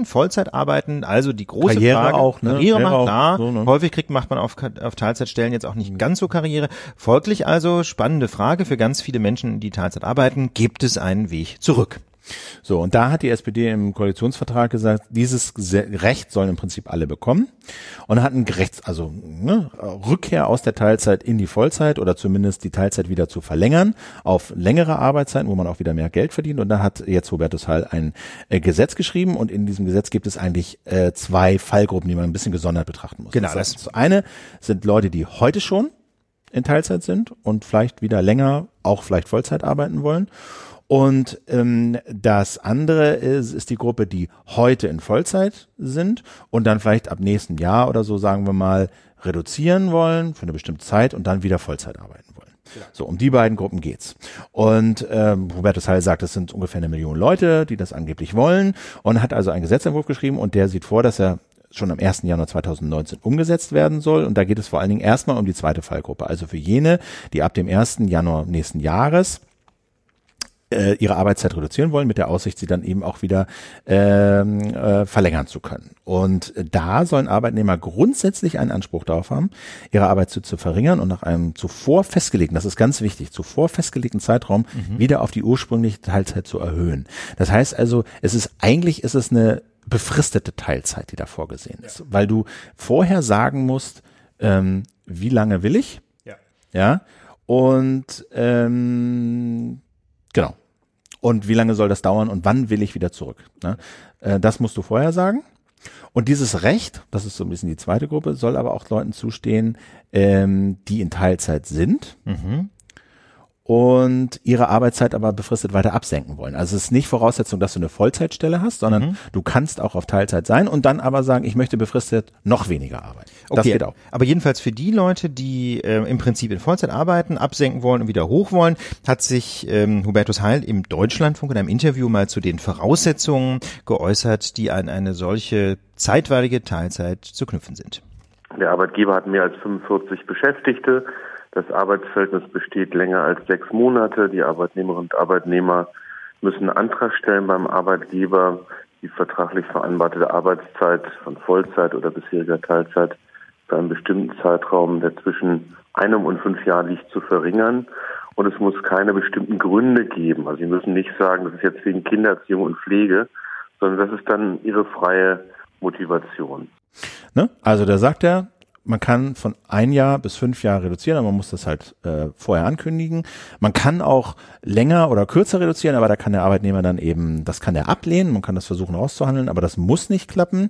Vollzeit arbeiten, also die große Karriere Frage, auch, ne? Karriere macht, klar, so, ne? häufig macht man auf Teilzeitstellen jetzt auch nicht ganz so Karriere. Folglich also, spannende Frage für ganz viele Menschen, die Teilzeit arbeiten, gibt es einen Weg zurück? So, und da hat die SPD im Koalitionsvertrag gesagt, dieses Recht sollen im Prinzip alle bekommen und hat Rückkehr aus der Teilzeit in die Vollzeit oder zumindest die Teilzeit wieder zu verlängern auf längere Arbeitszeiten, wo man auch wieder mehr Geld verdient. Und da hat jetzt Hubertus Heil ein Gesetz geschrieben und in diesem Gesetz gibt es eigentlich zwei Fallgruppen, die man ein bisschen gesondert betrachten muss. Genau. Das eine sind Leute, die heute schon in Teilzeit sind und vielleicht wieder länger auch vielleicht Vollzeit arbeiten wollen. Und das andere ist die Gruppe, die heute in Vollzeit sind und dann vielleicht ab nächstem Jahr oder so, sagen wir mal, reduzieren wollen für eine bestimmte Zeit und dann wieder Vollzeit arbeiten wollen. Ja. So, um die beiden Gruppen geht's. Und Hubertus Heil sagt, es sind ungefähr 1 Million Leute, die das angeblich wollen und hat also einen Gesetzentwurf geschrieben und der sieht vor, dass er schon am 1. Januar 2019 umgesetzt werden soll. Und da geht es vor allen Dingen erstmal um die zweite Fallgruppe, also für jene, die ab dem 1. Januar nächsten Jahres ihre Arbeitszeit reduzieren wollen, mit der Aussicht, sie dann eben auch wieder verlängern zu können. Und da sollen Arbeitnehmer grundsätzlich einen Anspruch darauf haben, ihre Arbeitszeit zu verringern und nach einem zuvor festgelegten, das ist ganz wichtig, zuvor festgelegten Zeitraum wieder auf die ursprüngliche Teilzeit zu erhöhen. Das heißt also, es ist eine befristete Teilzeit, die da vorgesehen ist, weil du vorher sagen musst, wie lange will ich? Ja. Und genau. Und wie lange soll das dauern und wann will ich wieder zurück? Ne? Das musst du vorher sagen. Und dieses Recht, das ist so ein bisschen die zweite Gruppe, soll aber auch Leuten zustehen, die in Teilzeit sind und ihre Arbeitszeit aber befristet weiter absenken wollen. Also es ist nicht Voraussetzung, dass du eine Vollzeitstelle hast, sondern du kannst auch auf Teilzeit sein und dann aber sagen, ich möchte befristet noch weniger arbeiten. Okay, das geht auch. Aber jedenfalls für die Leute, die im Prinzip in Vollzeit arbeiten, absenken wollen und wieder hoch wollen, hat sich Hubertus Heil im Deutschlandfunk in einem Interview mal zu den Voraussetzungen geäußert, die an eine solche zeitweilige Teilzeit zu knüpfen sind. Der Arbeitgeber hat mehr als 45 Beschäftigte. Das Arbeitsverhältnis besteht länger als 6 Monate. Die Arbeitnehmerinnen und Arbeitnehmer müssen einen Antrag stellen beim Arbeitgeber, die vertraglich vereinbarte Arbeitszeit von Vollzeit oder bisheriger Teilzeit für einen bestimmten Zeitraum, der zwischen 1 und 5 Jahren liegt, zu verringern. Und es muss keine bestimmten Gründe geben. Also Sie müssen nicht sagen, das ist jetzt wegen Kindererziehung und Pflege, sondern das ist dann Ihre freie Motivation. Ne? Also da sagt er, man kann von 1 Jahr bis 5 Jahre reduzieren, aber man muss das halt vorher ankündigen. Man kann auch länger oder kürzer reduzieren, aber da kann der Arbeitnehmer dann eben, das kann er ablehnen, man kann das versuchen auszuhandeln, aber das muss nicht klappen.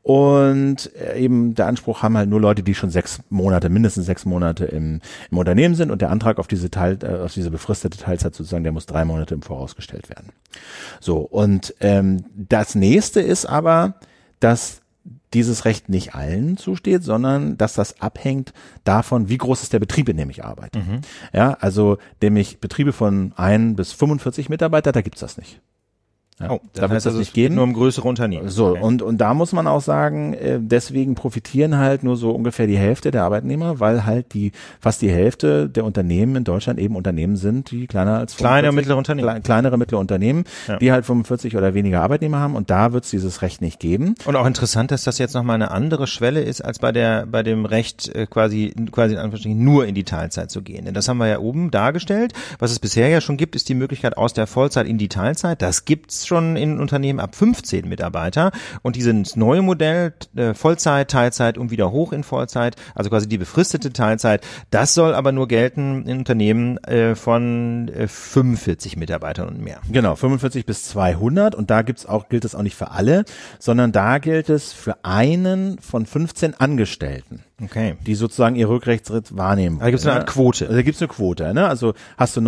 Und eben der Anspruch haben halt nur Leute, die schon mindestens 6 Monate im Unternehmen sind und der Antrag auf diese befristete Teilzeit sozusagen, der muss 3 Monate im Voraus gestellt werden. So, und das nächste ist aber, dass dieses Recht nicht allen zusteht, sondern dass das abhängt davon, wie groß ist der Betrieb, in dem ich arbeite. Ja, also nämlich Betriebe von 1 bis 45 Mitarbeiter, da gibt's das nicht. Ja, da wird es nicht geben. Nur um größere Unternehmen. So, okay. Und da muss man auch sagen, deswegen profitieren halt nur so ungefähr die Hälfte der Arbeitnehmer, weil halt fast die Hälfte der Unternehmen in Deutschland eben Unternehmen sind, die kleiner als 45, kleinere mittlere Unternehmen, die halt 45 oder weniger Arbeitnehmer haben und da wird es dieses Recht nicht geben. Und auch interessant, dass das jetzt nochmal eine andere Schwelle ist, als bei dem Recht quasi in Anführungsstrichen nur in die Teilzeit zu gehen. Denn das haben wir ja oben dargestellt. Was es bisher ja schon gibt, ist die Möglichkeit aus der Vollzeit in die Teilzeit. Das gibt's schon in Unternehmen ab 15 Mitarbeiter und dieses neue Modell Vollzeit, Teilzeit und wieder hoch in Vollzeit, also quasi die befristete Teilzeit, das soll aber nur gelten in Unternehmen von 45 Mitarbeitern und mehr. Genau, 45 bis 200 und da gilt es auch nicht für alle, sondern da gilt es für einen von 15 Angestellten. Okay. Die sozusagen ihr Rückrechtsschritt wahrnehmen. Da gibt es eine Art Quote. Da gibt es eine Quote. Ne? Also hast du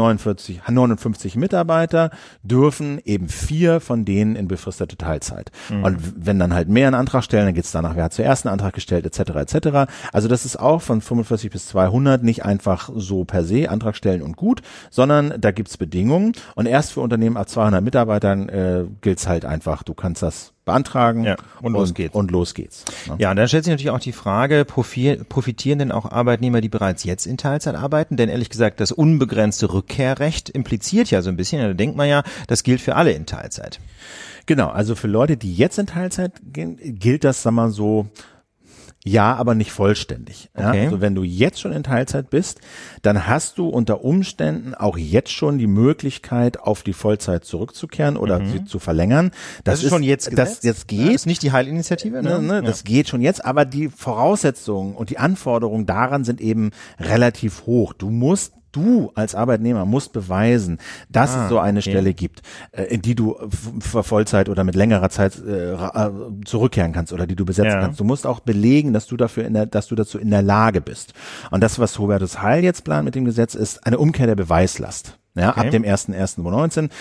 59 Mitarbeiter, dürfen eben 4 von denen in befristete Teilzeit. Und wenn dann halt mehr einen Antrag stellen, dann geht's danach, wer hat zuerst einen Antrag gestellt, etc. Also das ist auch von 45 bis 200 nicht einfach so per se Antrag stellen und gut, sondern da gibt's Bedingungen. Und erst für Unternehmen ab 200 Mitarbeitern gilt's halt einfach, du kannst das beantragen und los geht's. Und los geht's. Ne? Ja, und dann stellt sich natürlich auch die Frage, profitieren denn auch Arbeitnehmer, die bereits jetzt in Teilzeit arbeiten? Denn ehrlich gesagt, das unbegrenzte Rückkehrrecht impliziert ja so ein bisschen, da denkt man ja, das gilt für alle in Teilzeit. Genau, also für Leute, die jetzt in Teilzeit gehen, gilt das, sagen wir mal so, ja, aber nicht vollständig. Ja? Okay. Also wenn du jetzt schon in Teilzeit bist, dann hast du unter Umständen auch jetzt schon die Möglichkeit, auf die Vollzeit zurückzukehren oder sie zu verlängern. Das ist schon jetzt gesetzt. Das geht. Das ist nicht die Heilinitiative, ne? Das geht schon jetzt, aber die Voraussetzungen und die Anforderungen daran sind eben relativ hoch. Du als Arbeitnehmer musst beweisen, dass es so eine Stelle gibt, in die du für Vollzeit oder mit längerer Zeit zurückkehren kannst oder die du besetzen kannst. Du musst auch belegen, dass du dazu in der Lage bist. Und das, was Hubertus Heil jetzt plant mit dem Gesetz, ist eine Umkehr der Beweislast. Ja, ab dem 1.1.2019,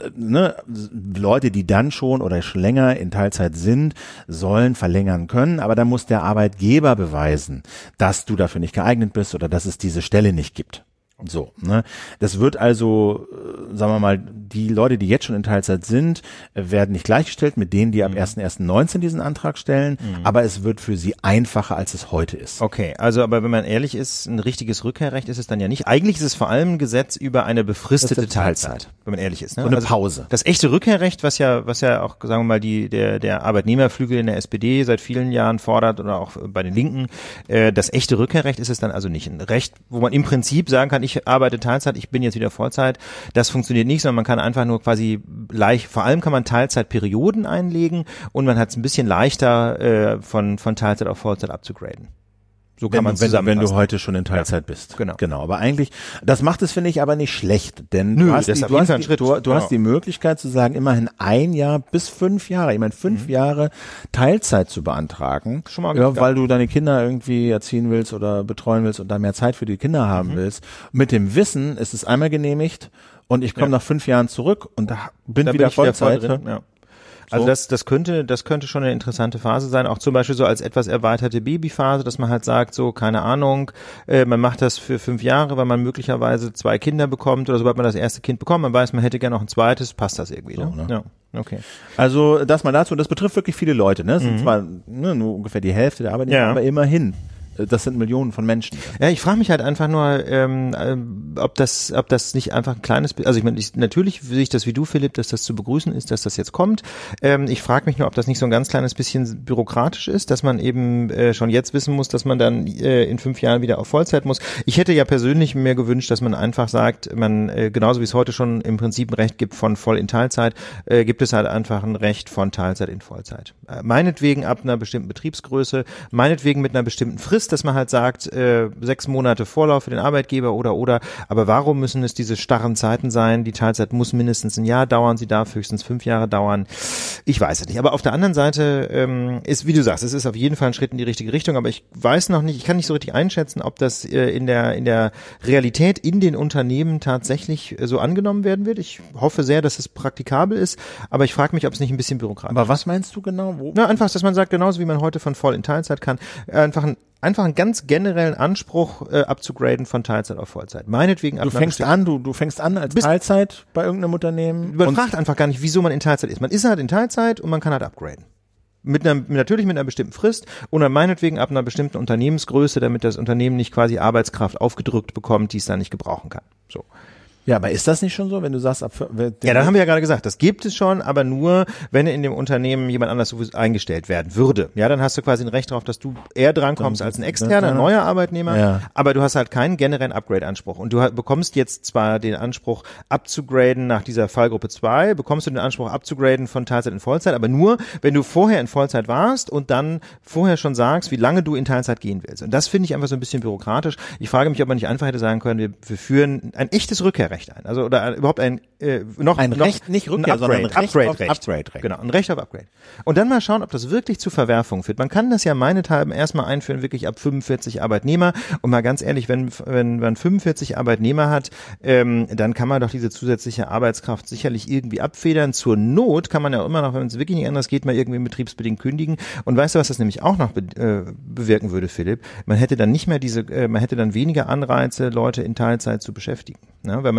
Leute, die dann schon oder schon länger in Teilzeit sind, sollen verlängern können, aber dann muss der Arbeitgeber beweisen, dass du dafür nicht geeignet bist oder dass es diese Stelle nicht gibt. So, ne? Das wird also, sagen wir mal, die Leute, die jetzt schon in Teilzeit sind, werden nicht gleichgestellt mit denen, die ab 1.1.19 diesen Antrag stellen, aber es wird für sie einfacher, als es heute ist. Okay, also aber wenn man ehrlich ist, ein richtiges Rückkehrrecht ist es dann ja nicht. Eigentlich ist es vor allem ein Gesetz über eine befristete Teilzeit, wenn man ehrlich ist. Ne? So eine Pause. Das echte Rückkehrrecht, was ja auch, sagen wir mal, der Arbeitnehmerflügel in der SPD seit vielen Jahren fordert oder auch bei den Linken, das echte Rückkehrrecht ist es dann also nicht. Ein Recht, wo man im Prinzip sagen kann, ich arbeite Teilzeit, ich bin jetzt wieder Vollzeit. Das funktioniert nicht, sondern man kann einfach nur quasi vor allem kann man Teilzeitperioden einlegen und man hat es ein bisschen leichter, von Teilzeit auf Vollzeit abzugraden. So kann man wenn du heute schon in Teilzeit bist. Genau. Aber eigentlich, das macht es, finde ich, aber nicht schlecht, denn du hast die Möglichkeit zu sagen, immerhin 1 Jahr bis 5 Jahre, ich meine 5 Jahre Teilzeit zu beantragen, schon mal weil du deine Kinder irgendwie erziehen willst oder betreuen willst und da mehr Zeit für die Kinder haben willst. Mit dem Wissen, es ist einmal genehmigt und ich komme nach 5 Jahren zurück und bin wieder Vollzeit. Also das könnte schon eine interessante Phase sein, auch zum Beispiel so als etwas erweiterte Babyphase, dass man halt sagt, so, keine Ahnung, man macht das für 5 Jahre, weil man möglicherweise 2 Kinder bekommt oder sobald man das erste Kind bekommt, man weiß, man hätte gerne noch ein zweites, passt das irgendwie. So, ne? Ja, okay. Also das mal dazu, das betrifft wirklich viele Leute, ne? Es sind zwar nur ungefähr die Hälfte der Arbeitnehmer, aber immerhin. Das sind Millionen von Menschen. Ja, ich frage mich halt einfach nur, ob das nicht einfach ein kleines, also ich meine, natürlich sehe ich das wie du, Philipp, dass das zu begrüßen ist, dass das jetzt kommt. Ich frage mich nur, ob das nicht so ein ganz kleines bisschen bürokratisch ist, dass man eben schon jetzt wissen muss, dass man dann in 5 Jahren wieder auf Vollzeit muss. Ich hätte ja persönlich mir gewünscht, dass man einfach sagt, man genauso wie es heute schon im Prinzip ein Recht gibt von voll in Teilzeit, gibt es halt einfach ein Recht von Teilzeit in Vollzeit. Meinetwegen ab einer bestimmten Betriebsgröße, meinetwegen mit einer bestimmten Frist, dass man halt sagt, 6 Monate Vorlauf für den Arbeitgeber oder, aber warum müssen es diese starren Zeiten sein? Die Teilzeit muss mindestens 1 Jahr dauern, sie darf höchstens 5 Jahre dauern. Ich weiß es nicht. Aber auf der anderen Seite ist, wie du sagst, es ist auf jeden Fall ein Schritt in die richtige Richtung, aber ich weiß noch nicht, ich kann nicht so richtig einschätzen, ob das in der Realität in den Unternehmen tatsächlich so angenommen werden wird. Ich hoffe sehr, dass es praktikabel ist, aber ich frage mich, ob es nicht ein bisschen bürokratisch ist. Aber was meinst du genau? Wo? Na, einfach, dass man sagt, genauso wie man heute von voll in Teilzeit kann, einfach einen ganz generellen Anspruch abzugraden von Teilzeit auf Vollzeit. Meinetwegen du fängst an als Teilzeit bei irgendeinem Unternehmen. Man fragt einfach gar nicht, wieso man in Teilzeit ist. Man ist halt in Teilzeit und man kann halt upgraden. Natürlich mit einer bestimmten Frist und dann meinetwegen ab einer bestimmten Unternehmensgröße, damit das Unternehmen nicht quasi Arbeitskraft aufgedrückt bekommt, die es dann nicht gebrauchen kann. So. Ja, aber ist das nicht schon so, wenn du sagst, ja, dann haben wir ja gerade gesagt, das gibt es schon, aber nur, wenn in dem Unternehmen jemand anders eingestellt werden würde. Ja, dann hast du quasi ein Recht darauf, dass du eher drankommst als ein externer, neuer Arbeitnehmer, aber du hast halt keinen generellen Upgrade-Anspruch. Und du bekommst jetzt zwar den Anspruch abzugraden nach dieser Fallgruppe 2, bekommst du den Anspruch abzugraden von Teilzeit in Vollzeit, aber nur, wenn du vorher in Vollzeit warst und dann vorher schon sagst, wie lange du in Teilzeit gehen willst. Und das finde ich einfach so ein bisschen bürokratisch. Ich frage mich, ob man nicht einfach hätte sagen können, wir führen ein echtes Rückkehrrecht ein. Also oder überhaupt ein Recht, nicht Rückkehr, sondern ein Upgrade-Recht. Genau, ein Recht auf Upgrade. Und dann mal schauen, ob das wirklich zu Verwerfungen führt. Man kann das ja meinethalben erstmal einführen, wirklich ab 45 Arbeitnehmer. Und mal ganz ehrlich, wenn man 45 Arbeitnehmer hat, dann kann man doch diese zusätzliche Arbeitskraft sicherlich irgendwie abfedern. Zur Not kann man ja immer noch, wenn es wirklich nicht anders geht, mal irgendwie betriebsbedingt kündigen. Und weißt du, was das nämlich auch noch bewirken würde, Philipp? Man hätte dann nicht mehr man hätte dann weniger Anreize, Leute in Teilzeit zu beschäftigen. Ne? Weil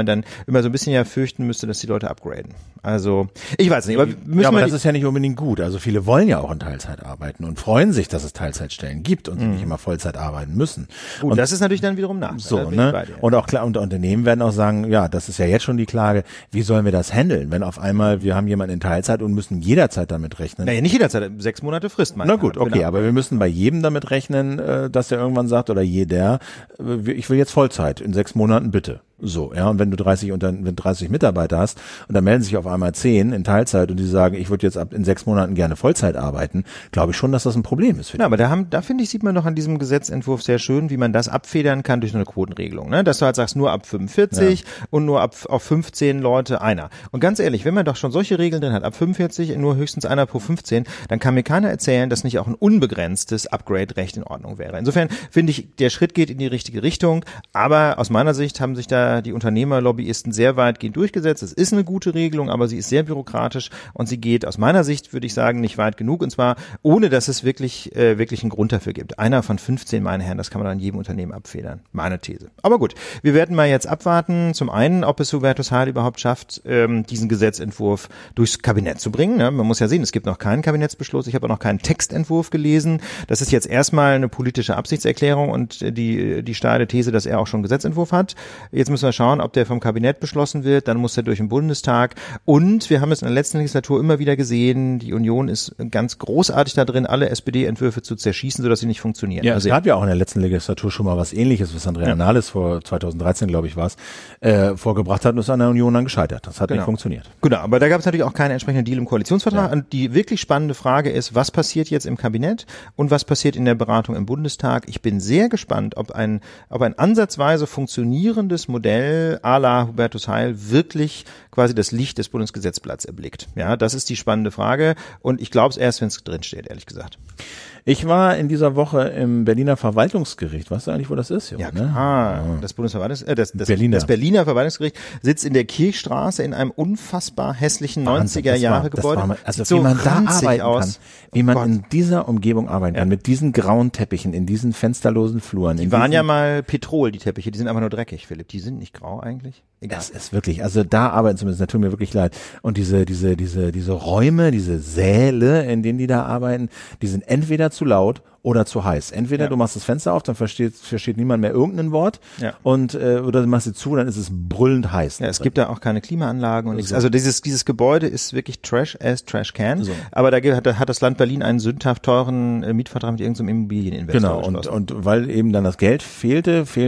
man dann immer so ein bisschen ja fürchten müsste, dass die Leute upgraden. Also, ich weiß nicht, aber das ist ja nicht unbedingt gut. Also viele wollen ja auch in Teilzeit arbeiten und freuen sich, dass es Teilzeitstellen gibt und sie nicht immer Vollzeit arbeiten müssen. Gut, und das ist natürlich dann wiederum Nachteil. So, ne? Und auch klar, und Unternehmen werden auch sagen, ja, das ist ja jetzt schon die Klage, wie sollen wir das handeln, wenn auf einmal wir haben jemanden in Teilzeit und müssen jederzeit damit rechnen. Naja, nicht jederzeit, 6 Monate Frist. Na gut, okay, genau. Aber wir müssen bei jedem damit rechnen, dass er irgendwann sagt, oder jeder, ich will jetzt Vollzeit in 6 Monaten bitte. So, ja, und wenn du 30 Mitarbeiter hast und dann melden sich auf einmal 10 in Teilzeit und die sagen, ich würde jetzt in 6 Monaten gerne Vollzeit arbeiten, glaube ich schon, dass das ein Problem ist für die. Ja, aber da finde ich, sieht man doch an diesem Gesetzentwurf sehr schön, wie man das abfedern kann durch so eine Quotenregelung, ne? Dass du halt sagst, nur ab 45 und nur auf 15 Leute einer. Und ganz ehrlich, wenn man doch schon solche Regeln drin hat, ab 45 nur höchstens einer pro 15, dann kann mir keiner erzählen, dass nicht auch ein unbegrenztes Upgrade-Recht in Ordnung wäre. Insofern finde ich, der Schritt geht in die richtige Richtung, aber aus meiner Sicht haben sich da die Unternehmerlobbyisten sehr weitgehend durchgesetzt. Es ist eine gute Regelung, aber sie ist sehr bürokratisch und sie geht aus meiner Sicht, würde ich sagen, nicht weit genug, und zwar ohne, dass es wirklich einen Grund dafür gibt. Einer von 15, meine Herren, das kann man an jedem Unternehmen abfedern. Meine These. Aber gut, wir werden mal jetzt abwarten, zum einen, ob es Hubertus Heil überhaupt schafft, diesen Gesetzentwurf durchs Kabinett zu bringen. Ne? Man muss ja sehen, es gibt noch keinen Kabinettsbeschluss, ich habe auch noch keinen Textentwurf gelesen. Das ist jetzt erstmal eine politische Absichtserklärung und die steile These, dass er auch schon einen Gesetzentwurf hat. Jetzt müssen wir schauen, ob der vom Kabinett beschlossen wird, dann muss er durch den Bundestag, und wir haben es in der letzten Legislatur immer wieder gesehen, die Union ist ganz großartig da drin, alle SPD-Entwürfe zu zerschießen, sodass sie nicht funktionieren. Ja, es gab ja auch in der letzten Legislatur schon mal was Ähnliches, was Andrea Nahles vor 2013, glaube ich, war es, vorgebracht hat und ist an der Union dann gescheitert. Das hat nicht funktioniert. Genau, aber da gab es natürlich auch keinen entsprechenden Deal im Koalitionsvertrag. Ja. Und die wirklich spannende Frage ist, was passiert jetzt im Kabinett und was passiert in der Beratung im Bundestag? Ich bin sehr gespannt, ob ein ansatzweise funktionierendes Modell à la Hubertus Heil wirklich quasi das Licht des Bundesgesetzblatts erblickt. Ja, das ist die spannende Frage, und ich glaube es erst, wenn es drinsteht, ehrlich gesagt. Ich war in dieser Woche im Berliner Verwaltungsgericht. Weißt du eigentlich, wo das ist? Ja, klar. Ne? Das das Berliner Verwaltungsgericht sitzt in der Kirchstraße in einem unfassbar hässlichen 90er-Jahre-Gebäude. Also wie man da arbeiten kann, wie man in dieser Umgebung arbeiten kann, mit diesen grauen Teppichen, in diesen fensterlosen Fluren. Die waren ja mal Petrol, die Teppiche, die sind aber nur dreckig, Philipp. Die sind nicht grau eigentlich. Egal. Das ist wirklich, also da arbeiten zumindest, das tut mir wirklich leid. Und diese Räume, diese Säle, in denen die da arbeiten, die sind entweder zu laut oder zu heiß. Entweder du machst das Fenster auf, dann versteht niemand mehr irgendein Wort, und oder du machst sie zu, dann ist es brüllend heiß. Ja, es gibt da auch keine Klimaanlagen und nichts. Also dieses Gebäude ist wirklich Trash as Trash can. So. Aber da hat das Land Berlin einen sündhaft teuren Mietvertrag mit irgendeinem Immobilieninvestor geschlossen. Und weil eben dann das Geld fehlt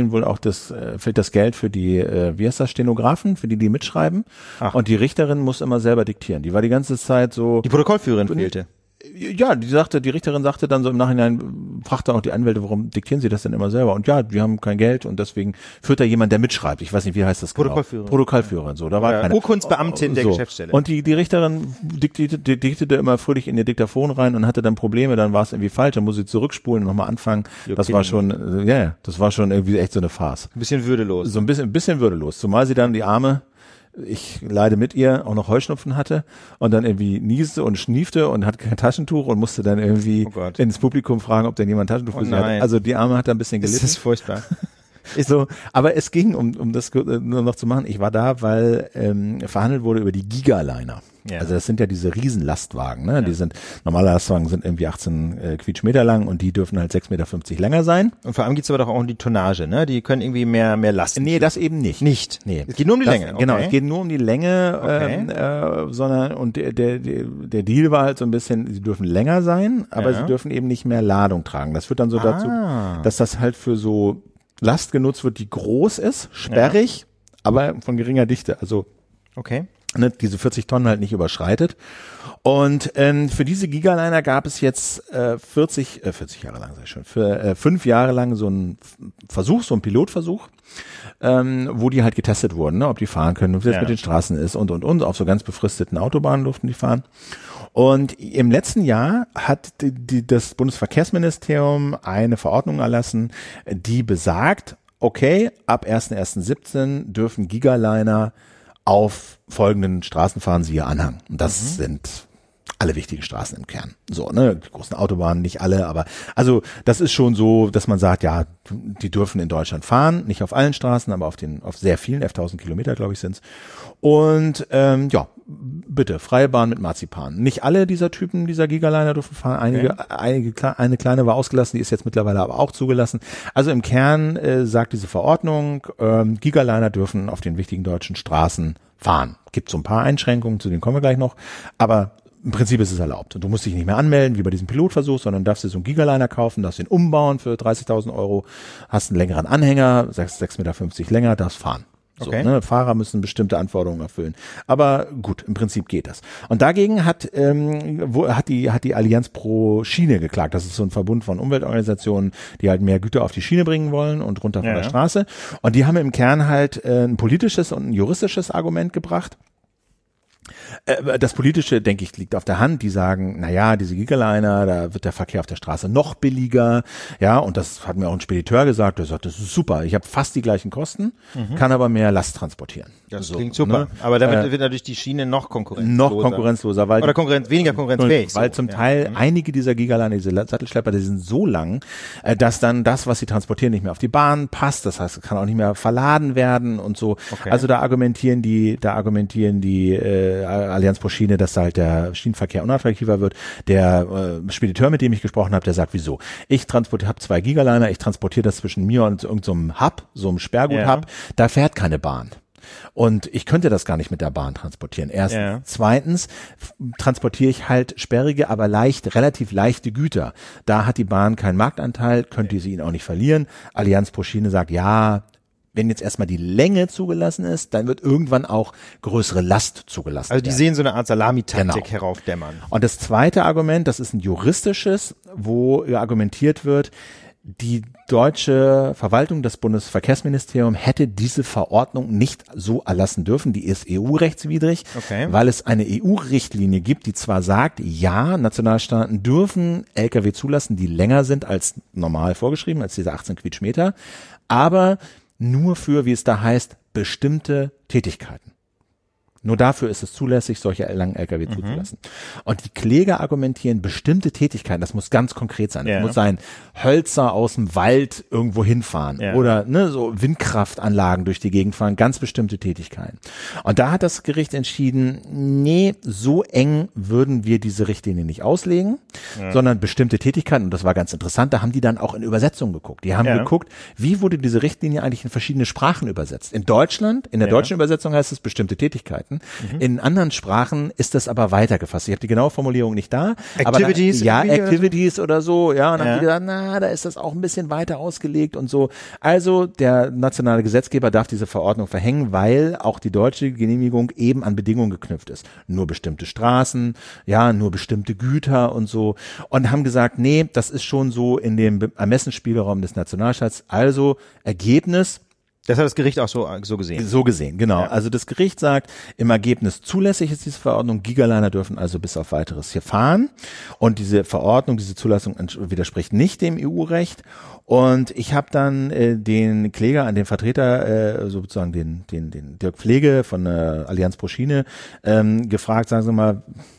das Geld für die, wie heißt das, Stenografen, für die mitschreiben. Ach. Und die Richterin muss immer selber diktieren. Die war die ganze Zeit so. Die Protokollführerin fehlte. Ja, die Richterin sagte dann so im Nachhinein, fragte auch die Anwälte, warum diktieren sie das denn immer selber? Und ja, wir haben kein Geld und deswegen führt da jemand, der mitschreibt. Ich weiß nicht, wie heißt das genau? Protokollführerin, so. Da war keine. Urkundsbeamtin der Geschäftsstelle. Und die Richterin diktete immer fröhlich in ihr Diktaphon rein und hatte dann Probleme, dann war es irgendwie falsch, dann muss sie zurückspulen und nochmal anfangen. Das war schon irgendwie echt so eine Farce. Ein bisschen würdelos. So ein bisschen würdelos. Zumal sie dann die Arme, ich leide mit ihr, auch noch Heuschnupfen hatte und dann irgendwie nieste und schniefte und hatte kein Taschentuch und musste dann irgendwie ins Publikum fragen, ob denn jemand ein Taschentuch für sie hat. Also die Arme hat da ein bisschen gelitten. Das ist furchtbar. Ist so, aber es ging, um das nur noch zu machen, ich war da, weil verhandelt wurde über die Gigaliner. Ja. Also das sind ja diese Riesenlastwagen, ne? Ja. Normale Lastwagen sind irgendwie 18 Quietschmeter lang und die dürfen halt 6,50 Meter länger sein. Und vor allem geht's aber doch auch um die Tonnage, ne? Die können irgendwie mehr Last. Nee, das eben nicht. Nee. Es geht nur um die Länge. Okay. Genau, es geht nur um die Länge, sondern, und der Deal war halt so ein bisschen, sie dürfen länger sein, aber sie dürfen eben nicht mehr Ladung tragen. Das führt dann so dazu, dass das halt für so Last genutzt wird, die groß ist, sperrig, aber von geringer Dichte. Also diese 40 Tonnen halt nicht überschreitet. Und für diese Gigaliner gab es jetzt 40 Jahre lang, sag ich schon, für 5 Jahre lang so ein Pilotversuch, wo die halt getestet wurden, ne, ob die fahren können, wie das mit den Straßen ist und. Auf so ganz befristeten Autobahnen durften die fahren. Und im letzten Jahr hat das Bundesverkehrsministerium eine Verordnung erlassen, die besagt, okay, ab 1.1.17 dürfen Gigaliner auf folgenden Straßen fahren, siehe Anhang. Und das sind alle wichtigen Straßen im Kern. So, ne, die großen Autobahnen, nicht alle, aber also das ist schon so, dass man sagt, ja, die dürfen in Deutschland fahren, nicht auf allen Straßen, aber auf sehr vielen, 11.000 Kilometer, glaube ich, sind's. Und ja, bitte, freie Bahn mit Marzipan. Nicht alle dieser Typen, dieser Gigaliner dürfen fahren. Eine kleine war ausgelassen, die ist jetzt mittlerweile aber auch zugelassen. Also im Kern sagt diese Verordnung, Gigaliner dürfen auf den wichtigen deutschen Straßen fahren. Gibt so ein paar Einschränkungen, zu denen kommen wir gleich noch, aber im Prinzip ist es erlaubt. Und du musst dich nicht mehr anmelden, wie bei diesem Pilotversuch, sondern darfst dir so einen Gigaliner kaufen, darfst den umbauen für 30.000 €, hast einen längeren Anhänger, 6,50 Meter länger, darfst fahren. So, okay. Ne, Fahrer müssen bestimmte Anforderungen erfüllen. Aber gut, im Prinzip geht das. Und dagegen hat die Allianz pro Schiene geklagt. Das ist so ein Verbund von Umweltorganisationen, die halt mehr Güter auf die Schiene bringen wollen und runter von der Straße. Und die haben im Kern halt ein politisches und ein juristisches Argument gebracht. Das Politische, denke ich, liegt auf der Hand. Die sagen, naja, diese Gigaliner, da wird der Verkehr auf der Straße noch billiger. Ja, und das hat mir auch ein Spediteur gesagt, der sagt, das ist super. Ich habe fast die gleichen Kosten, kann aber mehr Last transportieren. Das klingt super. Ne? Aber damit wird natürlich die Schiene noch konkurrenzloser. Weniger konkurrenzfähig. Weil zum Teil einige dieser Gigaliner, diese Sattelschlepper, die sind so lang, dass dann das, was sie transportieren, nicht mehr auf die Bahn passt. Das heißt, es kann auch nicht mehr verladen werden und so. Okay. Also da argumentieren die Allianz pro Schiene, dass da halt der Schienenverkehr unattraktiver wird. Der Spediteur, mit dem ich gesprochen habe, der sagt, wieso? Ich habe 2 Gigaliner, ich transportiere das zwischen mir und irgendeinem Hub, so einem Sperrgut-Hub, da fährt keine Bahn. Und ich könnte das gar nicht mit der Bahn transportieren. Erstens. Zweitens transportiere ich halt sperrige, aber relativ leichte Güter. Da hat die Bahn keinen Marktanteil, könnte sie ihn auch nicht verlieren. Allianz pro Schiene sagt, ja, wenn jetzt erstmal die Länge zugelassen ist, dann wird irgendwann auch größere Last zugelassen. Also die sehen so eine Art Salamitaktik heraufdämmern. Und das zweite Argument, das ist ein juristisches, wo argumentiert wird, die deutsche Verwaltung, das Bundesverkehrsministerium hätte diese Verordnung nicht so erlassen dürfen. Die ist EU-rechtswidrig, weil es eine EU-Richtlinie gibt, die zwar sagt, ja, Nationalstaaten dürfen Lkw zulassen, die länger sind als normal vorgeschrieben, als diese 18 Quietschmeter, aber nur für, wie es da heißt, bestimmte Tätigkeiten. Nur dafür ist es zulässig, solche langen Lkw zuzulassen. Und die Kläger argumentieren, bestimmte Tätigkeiten, das muss ganz konkret sein. Das muss sein, Hölzer aus dem Wald irgendwo hinfahren oder so Windkraftanlagen durch die Gegend fahren, ganz bestimmte Tätigkeiten. Und da hat das Gericht entschieden, nee, so eng würden wir diese Richtlinie nicht auslegen, sondern bestimmte Tätigkeiten, und das war ganz interessant, da haben die dann auch in Übersetzung geguckt. Die haben geguckt, wie wurde diese Richtlinie eigentlich in verschiedene Sprachen übersetzt. In Deutschland, in der deutschen Übersetzung heißt es bestimmte Tätigkeiten. In anderen Sprachen ist das aber weitergefasst. Ich habe die genaue Formulierung nicht da. Activities? Aber Activities oder so. Ja, und dann haben die gesagt, da ist das auch ein bisschen weiter ausgelegt und so. Also der nationale Gesetzgeber darf diese Verordnung verhängen, weil auch die deutsche Genehmigung eben an Bedingungen geknüpft ist. Nur bestimmte Straßen, nur bestimmte Güter und so. Und haben gesagt, nee, das ist schon so in dem Ermessensspielraum des Nationalstaats. Also Ergebnis, das hat das Gericht auch so gesehen. So gesehen, genau. Ja. Also das Gericht sagt, im Ergebnis zulässig ist diese Verordnung, Gigaliner dürfen also bis auf Weiteres hier fahren. Und diese Verordnung, diese Zulassung widerspricht nicht dem EU-Recht. Und ich habe dann den Kläger, den Vertreter, sozusagen den Dirk Pflege von Allianz pro Schiene gefragt, sagen Sie mal,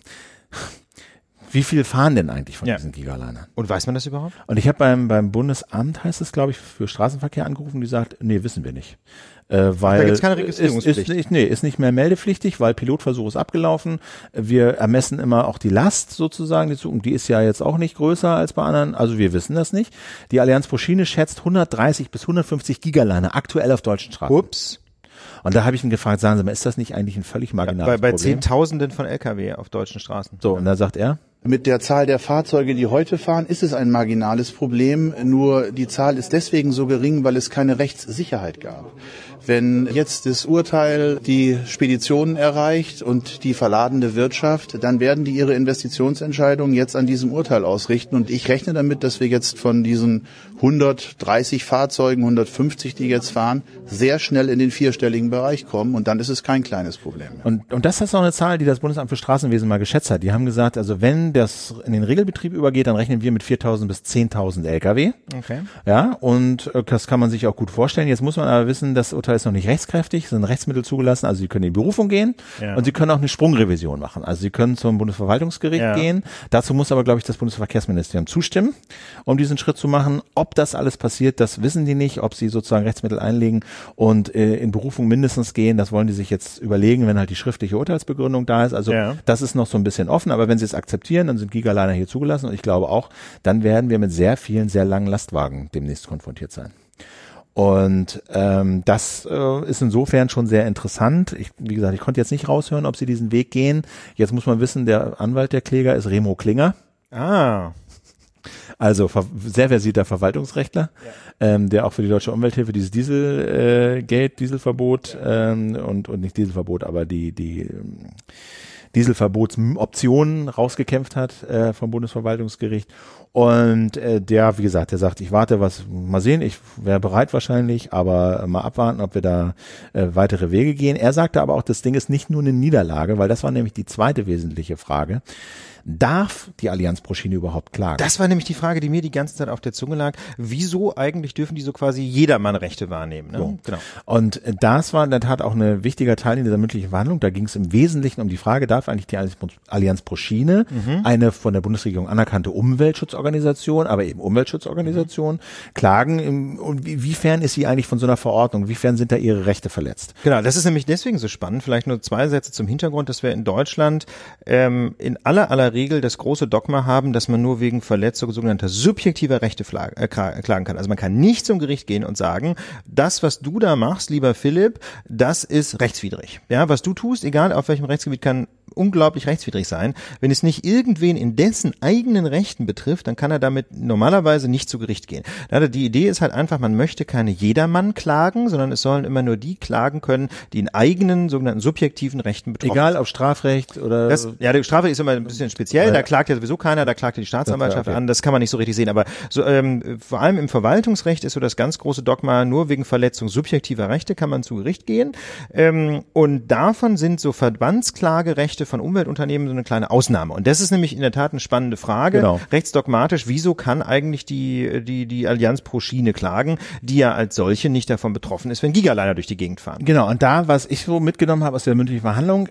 wie viel fahren denn eigentlich von diesen Gigalinern? Und weiß man das überhaupt? Und ich habe beim Bundesamt, heißt es, glaube ich, für Straßenverkehr angerufen, die sagt, nee, wissen wir nicht. Weil da gibt's keine Registrierungspflicht. Ist nicht mehr meldepflichtig, weil Pilotversuch ist abgelaufen. Wir ermessen immer auch die Last sozusagen, und die ist ja jetzt auch nicht größer als bei anderen, also wir wissen das nicht. Die Allianz pro Schiene schätzt 130 bis 150 Gigaliner aktuell auf deutschen Straßen. Ups. Und da habe ich ihn gefragt, sagen Sie mal, ist das nicht eigentlich ein völlig marginales bei Problem? Zehntausenden von Lkw auf deutschen Straßen. So, und da sagt er? Mit der Zahl der Fahrzeuge, die heute fahren, ist es ein marginales Problem. Nur die Zahl ist deswegen so gering, weil es keine Rechtssicherheit gab. Wenn jetzt das Urteil die Speditionen erreicht und die verladene Wirtschaft, dann werden die ihre Investitionsentscheidungen jetzt an diesem Urteil ausrichten. Und ich rechne damit, dass wir jetzt von diesen 130 Fahrzeugen, 150, die jetzt fahren, sehr schnell in den vierstelligen Bereich kommen. Und dann ist es kein kleines Problem mehr. Und das ist auch eine Zahl, die das Bundesamt für Straßenwesen mal geschätzt hat. Die haben gesagt, also wenn das in den Regelbetrieb übergeht, dann rechnen wir mit 4.000 bis 10.000 Lkw. Okay. Ja, und das kann man sich auch gut vorstellen. Jetzt muss man aber wissen, das Urteil ist noch nicht rechtskräftig, es sind Rechtsmittel zugelassen, also Sie können in die Berufung gehen und Sie können auch eine Sprungrevision machen. Also Sie können zum Bundesverwaltungsgericht gehen. Dazu muss aber, glaube ich, das Bundesverkehrsministerium zustimmen, um diesen Schritt zu machen. Ob das alles passiert, das wissen die nicht, ob sie sozusagen Rechtsmittel einlegen und in Berufung mindestens gehen, das wollen die sich jetzt überlegen, wenn halt die schriftliche Urteilsbegründung da ist. Also das ist noch so ein bisschen offen, aber wenn sie es akzeptieren, dann sind Gigaliner hier zugelassen und ich glaube auch, dann werden wir mit sehr vielen, sehr langen Lastwagen demnächst konfrontiert sein. Und das ist insofern schon sehr interessant. Wie gesagt, ich konnte jetzt nicht raushören, ob sie diesen Weg gehen. Jetzt muss man wissen, der Anwalt der Kläger ist Remo Klinger. Also sehr versierter Verwaltungsrechtler, der auch für die Deutsche Umwelthilfe dieses Dieselverbot und nicht Dieselverbot, aber die Dieselverbotsoptionen rausgekämpft hat vom Bundesverwaltungsgericht. Und der, wie gesagt, der sagt, ich warte mal sehen, ich wäre bereit wahrscheinlich, aber mal abwarten, ob wir da weitere Wege gehen. Er sagte aber auch, das Ding ist nicht nur eine Niederlage, weil das war nämlich die zweite wesentliche Frage. Darf die Allianz pro Schiene überhaupt klagen? Das war nämlich die Frage, die mir die ganze Zeit auf der Zunge lag. Wieso eigentlich dürfen die so quasi jedermann Rechte wahrnehmen? Ne? So. Genau. Und das war in der Tat auch ein wichtiger Teil in dieser mündlichen Verhandlung. Da ging es im Wesentlichen um die Frage, darf eigentlich die Allianz pro Schiene, eine von der Bundesregierung anerkannte Umweltschutzorganisation, aber eben Umweltschutzorganisation, klagen? Und inwiefern ist sie eigentlich von so einer Verordnung? Inwiefern sind da ihre Rechte verletzt? Genau, das ist nämlich deswegen so spannend. Vielleicht nur 2 Sätze zum Hintergrund, dass wir in Deutschland in aller Regel das große Dogma haben, dass man nur wegen Verletzung sogenannter subjektiver Rechte klagen kann. Also man kann nicht zum Gericht gehen und sagen, das, was du da machst, lieber Philipp, das ist rechtswidrig. Ja, was du tust, egal auf welchem Rechtsgebiet, kann unglaublich rechtswidrig sein. Wenn es nicht irgendwen in dessen eigenen Rechten betrifft, dann kann er damit normalerweise nicht zu Gericht gehen. Die Idee ist halt einfach, man möchte keine jedermann klagen, sondern es sollen immer nur die klagen können, die in eigenen sogenannten subjektiven Rechten betroffen sind. Egal ob Strafrecht oder... Das Strafrecht ist immer ein bisschen speziell, da klagt ja sowieso keiner, da klagt ja die Staatsanwaltschaft an, das kann man nicht so richtig sehen, aber so, vor allem im Verwaltungsrecht ist so das ganz große Dogma, nur wegen Verletzung subjektiver Rechte kann man zu Gericht gehen und davon sind so Verbandsklagerechte von Umweltunternehmen so eine kleine Ausnahme. Und das ist nämlich in der Tat eine spannende Frage, rechtsdogmatisch, wieso kann eigentlich die Allianz pro Schiene klagen, die ja als solche nicht davon betroffen ist, wenn Gigaliner durch die Gegend fahren. Genau, und da, was ich so mitgenommen habe aus der mündlichen Verhandlung,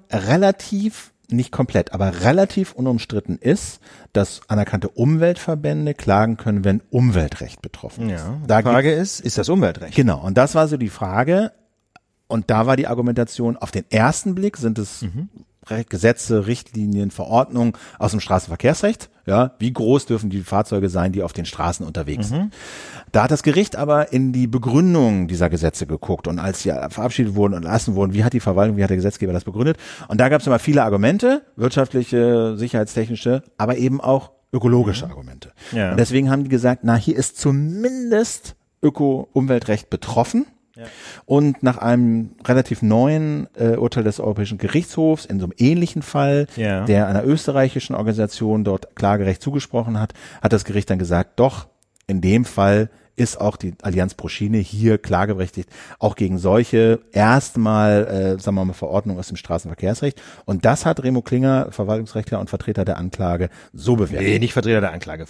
nicht komplett, aber relativ unumstritten ist, dass anerkannte Umweltverbände klagen können, wenn Umweltrecht betroffen ist. Ja, die Frage ist das Umweltrecht? Genau, und das war so die Frage, und da war die Argumentation, auf den ersten Blick sind es Gesetze, Richtlinien, Verordnungen aus dem Straßenverkehrsrecht. Ja, wie groß dürfen die Fahrzeuge sein, die auf den Straßen unterwegs sind? Da hat das Gericht aber in die Begründung dieser Gesetze geguckt und als sie verabschiedet wurden und erlassen wurden, wie hat die Verwaltung, wie hat der Gesetzgeber das begründet? Und da gab es immer viele Argumente, wirtschaftliche, sicherheitstechnische, aber eben auch ökologische Argumente. Ja. Und deswegen haben die gesagt, hier ist zumindest Umweltrecht betroffen. Ja. Und nach einem relativ neuen Urteil des Europäischen Gerichtshofs in so einem ähnlichen Fall, der einer österreichischen Organisation dort Klagerecht zugesprochen hat, hat das Gericht dann gesagt, doch, in dem Fall ist auch die Allianz pro Schiene hier klageberechtigt, auch gegen solche erstmal, Verordnungen aus dem Straßenverkehrsrecht. Und das hat Remo Klinger, Verwaltungsrechtler und Vertreter der Anklage, so bewertet. Nee, nicht Vertreter der Anklage.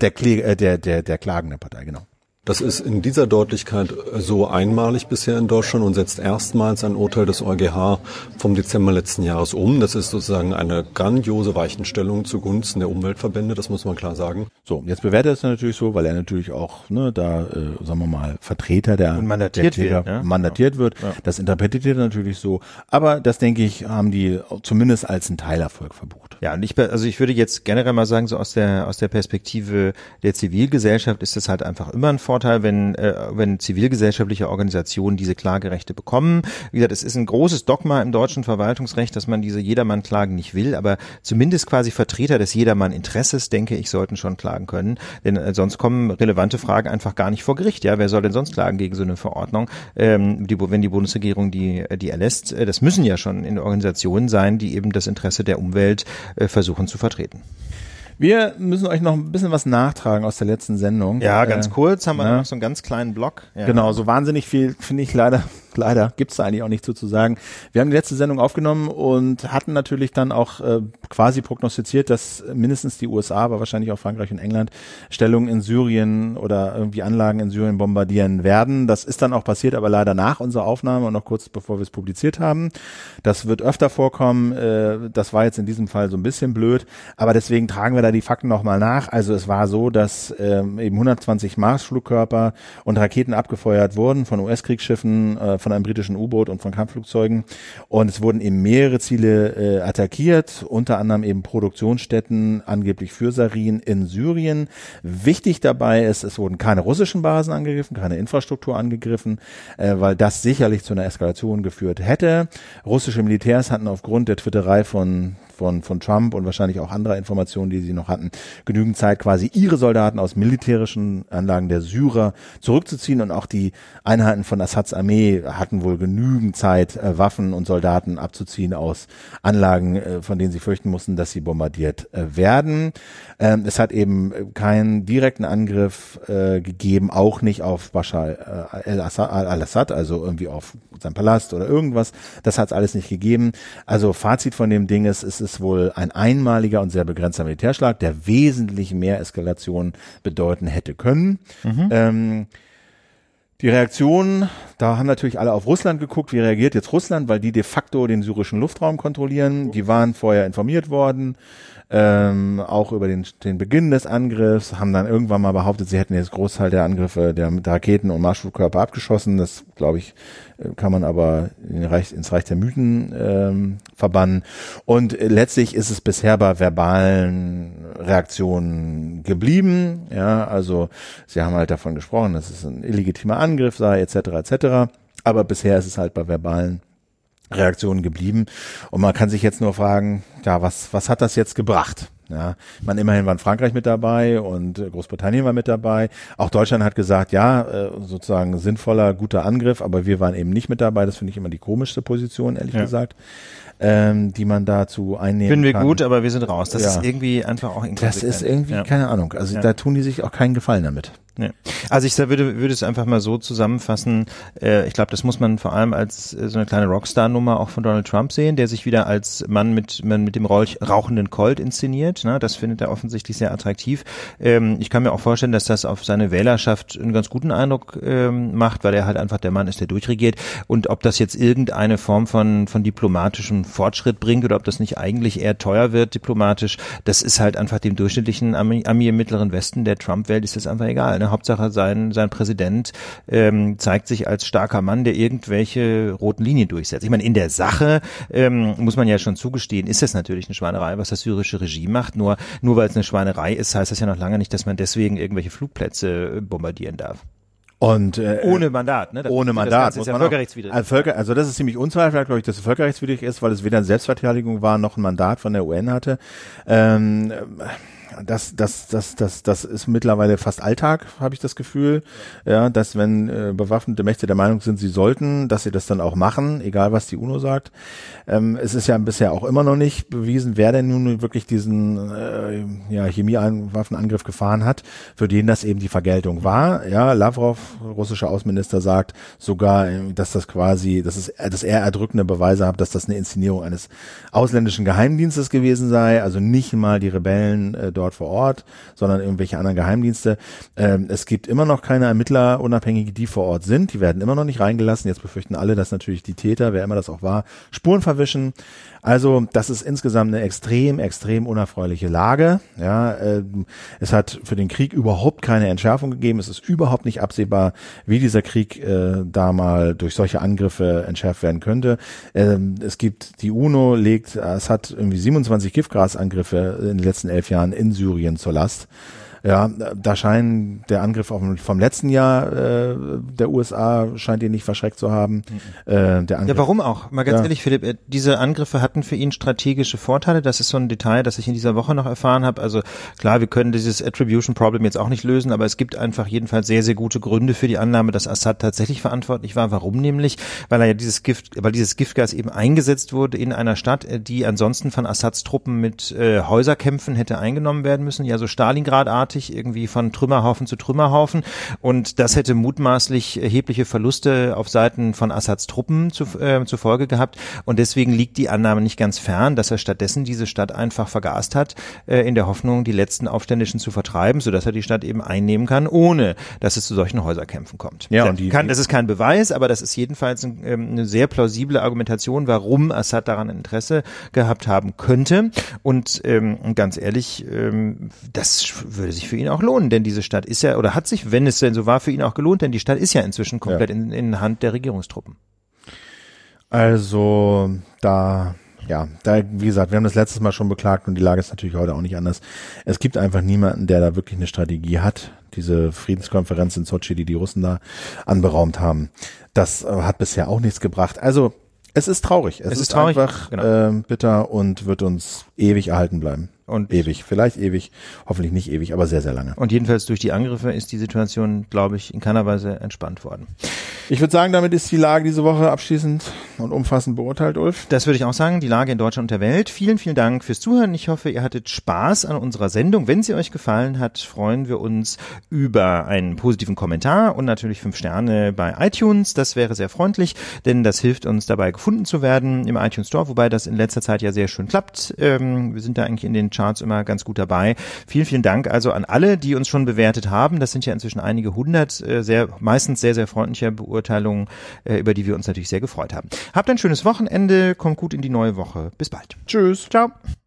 Der klagenden Partei, genau. Das ist in dieser Deutlichkeit so einmalig bisher in Deutschland und setzt erstmals ein Urteil des EuGH vom Dezember letzten Jahres um. Das ist sozusagen eine grandiose Weichenstellung zugunsten der Umweltverbände, das muss man klar sagen. So, jetzt bewertet er es natürlich so, weil er natürlich auch Vertreter der mandatiert wird. Ja. Das interpretiert er natürlich so. Aber das, denke ich, haben die zumindest als einen Teilerfolg verbucht. Ja, und ich würde jetzt generell mal sagen, so aus der Perspektive der Zivilgesellschaft ist das halt einfach immer ein Vorteil, wenn zivilgesellschaftliche Organisationen diese Klagerechte bekommen. Wie gesagt, es ist ein großes Dogma im deutschen Verwaltungsrecht, dass man diese Jedermann-Klagen nicht will, aber zumindest quasi Vertreter des Jedermann-Interesses, denke ich, sollten schon klagen können, denn sonst kommen relevante Fragen einfach gar nicht vor Gericht. Ja, wer soll denn sonst klagen gegen so eine Verordnung, wenn die Bundesregierung die erlässt? Das müssen ja schon in Organisationen sein, die eben das Interesse der Umwelt versuchen zu vertreten. Wir müssen euch noch ein bisschen was nachtragen aus der letzten Sendung. Ja, ganz kurz haben wir noch so einen ganz kleinen Block. Ja. Genau, so wahnsinnig viel finde ich leider Leider gibt's da eigentlich auch nichts zu sagen. Wir haben die letzte Sendung aufgenommen und hatten natürlich dann auch quasi prognostiziert, dass mindestens die USA, aber wahrscheinlich auch Frankreich und England Stellungen in Syrien oder irgendwie Anlagen in Syrien bombardieren werden. Das ist dann auch passiert, aber leider nach unserer Aufnahme und noch kurz bevor wir es publiziert haben. Das wird öfter vorkommen. Das war jetzt in diesem Fall so ein bisschen blöd, aber deswegen tragen wir da die Fakten nochmal nach. Also es war so, dass eben 120 Marsflugkörper und Raketen abgefeuert wurden von US-Kriegsschiffen, von einem britischen U-Boot und von Kampfflugzeugen. Und es wurden eben mehrere Ziele attackiert, unter anderem eben Produktionsstätten angeblich für Sarin in Syrien. Wichtig dabei ist, es wurden keine russischen Basen angegriffen, keine Infrastruktur angegriffen, weil das sicherlich zu einer Eskalation geführt hätte. Russische Militärs hatten aufgrund der Twitterei von Trump und wahrscheinlich auch anderer Informationen, die sie noch hatten, genügend Zeit, quasi ihre Soldaten aus militärischen Anlagen der Syrer zurückzuziehen, und auch die Einheiten von Assads Armee hatten wohl genügend Zeit, Waffen und Soldaten abzuziehen aus Anlagen, von denen sie fürchten mussten, dass sie bombardiert werden. Es hat eben keinen direkten Angriff gegeben, auch nicht auf Bashar al-Assad, also irgendwie auf sein Palast oder irgendwas. Das hat es alles nicht gegeben. Also Fazit von dem Ding ist, es ist wohl ein einmaliger und sehr begrenzter Militärschlag, der wesentlich mehr Eskalation bedeuten hätte können. Die Reaktion, da haben natürlich alle auf Russland geguckt. Wie reagiert jetzt Russland? Weil die de facto den syrischen Luftraum kontrollieren. Die waren vorher informiert worden, auch über den Beginn des Angriffs, haben dann irgendwann mal behauptet, sie hätten jetzt Großteil der Angriffe der Raketen und Marschflugkörper abgeschossen. Das, glaube ich, kann man aber ins Reich der Mythen verbannen. Und letztlich ist es bisher bei verbalen Reaktionen geblieben. Ja, also sie haben halt davon gesprochen, dass es ein illegitimer Angriff sei, etc. etc. Aber bisher ist es halt bei verbalen Reaktionen geblieben. Und man kann sich jetzt nur fragen, ja, was hat das jetzt gebracht? Ja, immerhin war Frankreich mit dabei und Großbritannien war mit dabei. Auch Deutschland hat gesagt, ja, sozusagen sinnvoller, guter Angriff, aber wir waren eben nicht mit dabei. Das finde ich immer die komischste Position, ehrlich gesagt, die man dazu einnehmen kann. Finden wir gut, aber wir sind raus. Das ist irgendwie einfach auch inkonsequent. Das ist irgendwie, keine Ahnung. Also da tun die sich auch keinen Gefallen damit. Ja. Also ich würde es einfach mal so zusammenfassen. Ich glaube, das muss man vor allem als so eine kleine Rockstar-Nummer auch von Donald Trump sehen, der sich wieder als Mann mit dem rauchenden Colt inszeniert. Ne? Das findet er offensichtlich sehr attraktiv. Ich kann mir auch vorstellen, dass das auf seine Wählerschaft einen ganz guten Eindruck macht, weil er halt einfach der Mann ist, der durchregiert. Und ob das jetzt irgendeine Form von diplomatischem Fortschritt bringt oder ob das nicht eigentlich eher teuer wird diplomatisch, das ist halt einfach dem durchschnittlichen Ami im Mittleren Westen, der Trump wählt, ist das einfach egal. Ne? Hauptsache sein Präsident zeigt sich als starker Mann, der irgendwelche roten Linien durchsetzt. Ich meine, in der Sache muss man ja schon zugestehen, ist das natürlich eine Schweinerei, was das syrische Regime macht. Nur weil es eine Schweinerei ist, heißt das ja noch lange nicht, dass man deswegen irgendwelche Flugplätze bombardieren darf. Und ohne Mandat, ne? Ohne Mandat. Das ist ja völkerrechtswidrig. Also das ist ziemlich unzweifelhaft, glaube ich, dass es völkerrechtswidrig ist, weil es weder eine Selbstverteidigung war, noch ein Mandat von der UN hatte. Das ist mittlerweile fast Alltag, habe ich das Gefühl, ja, dass wenn bewaffnete Mächte der Meinung sind, sie sollten, dass sie das dann auch machen, egal was die UNO sagt. Es ist ja bisher auch immer noch nicht bewiesen, wer denn nun wirklich diesen Chemiewaffenangriff gefahren hat, für den das eben die Vergeltung war. Ja, Lavrov, russischer Außenminister, sagt sogar, dass er erdrückende Beweise hat, dass das eine Inszenierung eines ausländischen Geheimdienstes gewesen sei, also nicht mal die Rebellen dort vor Ort, sondern irgendwelche anderen Geheimdienste. Es gibt immer noch keine Ermittler, Unabhängige, die vor Ort sind. Die werden immer noch nicht reingelassen. Jetzt befürchten alle, dass natürlich die Täter, wer immer das auch war, Spuren verwischen. Also das ist insgesamt eine extrem, extrem unerfreuliche Lage. Ja, es hat für den Krieg überhaupt keine Entschärfung gegeben. Es ist überhaupt nicht absehbar, wie dieser Krieg da mal durch solche Angriffe entschärft werden könnte. Die UNO es hat irgendwie 27 Giftgasangriffe in den letzten 11 Jahren in Syrien zur Last. Ja, da scheinen der Angriff vom letzten Jahr der USA scheint ihn nicht verschreckt zu haben. Ja, warum auch? Mal ganz ehrlich, Philipp, diese Angriffe hatten für ihn strategische Vorteile. Das ist so ein Detail, das ich in dieser Woche noch erfahren habe. Also klar, wir können dieses Attribution-Problem jetzt auch nicht lösen, aber es gibt einfach jedenfalls sehr, sehr gute Gründe für die Annahme, dass Assad tatsächlich verantwortlich war. Warum nämlich? Weil dieses Giftgas eben eingesetzt wurde in einer Stadt, die ansonsten von Assads Truppen mit Häuserkämpfen hätte eingenommen werden müssen. Ja, so Stalingrad-artig. schlagartig irgendwie von Trümmerhaufen zu Trümmerhaufen und das hätte mutmaßlich erhebliche Verluste auf Seiten von Assads Truppen zur Folge gehabt und deswegen liegt die Annahme nicht ganz fern, dass er stattdessen diese Stadt einfach vergast hat, in der Hoffnung, die letzten Aufständischen zu vertreiben, sodass er die Stadt eben einnehmen kann, ohne dass es zu solchen Häuserkämpfen kommt. Ja, und das ist kein Beweis, aber das ist jedenfalls eine sehr plausible Argumentation, warum Assad daran Interesse gehabt haben könnte. Und ganz ehrlich, das würde sich für ihn auch lohnen, denn diese Stadt ist ja, oder hat sich, wenn es denn so war, für ihn auch gelohnt, denn die Stadt ist ja inzwischen komplett in Hand der Regierungstruppen. Also wie gesagt, wir haben das letztes Mal schon beklagt und die Lage ist natürlich heute auch nicht anders. Es gibt einfach niemanden, der da wirklich eine Strategie hat. Diese Friedenskonferenz in Sochi, die Russen da anberaumt haben, das hat bisher auch nichts gebracht. Also es ist traurig. Es ist traurig, einfach bitter und wird uns ewig erhalten bleiben. Und ewig, vielleicht ewig, hoffentlich nicht ewig, aber sehr, sehr lange. Und jedenfalls durch die Angriffe ist die Situation, glaube ich, in keiner Weise entspannt worden. Ich würde sagen, damit ist die Lage diese Woche abschließend und umfassend beurteilt, Ulf. Das würde ich auch sagen, die Lage in Deutschland und der Welt. Vielen, vielen Dank fürs Zuhören. Ich hoffe, ihr hattet Spaß an unserer Sendung. Wenn sie euch gefallen hat, freuen wir uns über einen positiven Kommentar und natürlich 5 Sterne bei iTunes. Das wäre sehr freundlich, denn das hilft uns dabei, gefunden zu werden im iTunes Store, wobei das in letzter Zeit ja sehr schön klappt. Wir sind da eigentlich in den Charts immer ganz gut dabei. Vielen, vielen Dank also an alle, die uns schon bewertet haben. Das sind ja inzwischen einige 100 meistens sehr, sehr freundliche Beurteilungen, über die wir uns natürlich sehr gefreut haben. Habt ein schönes Wochenende, kommt gut in die neue Woche. Bis bald. Tschüss. Ciao.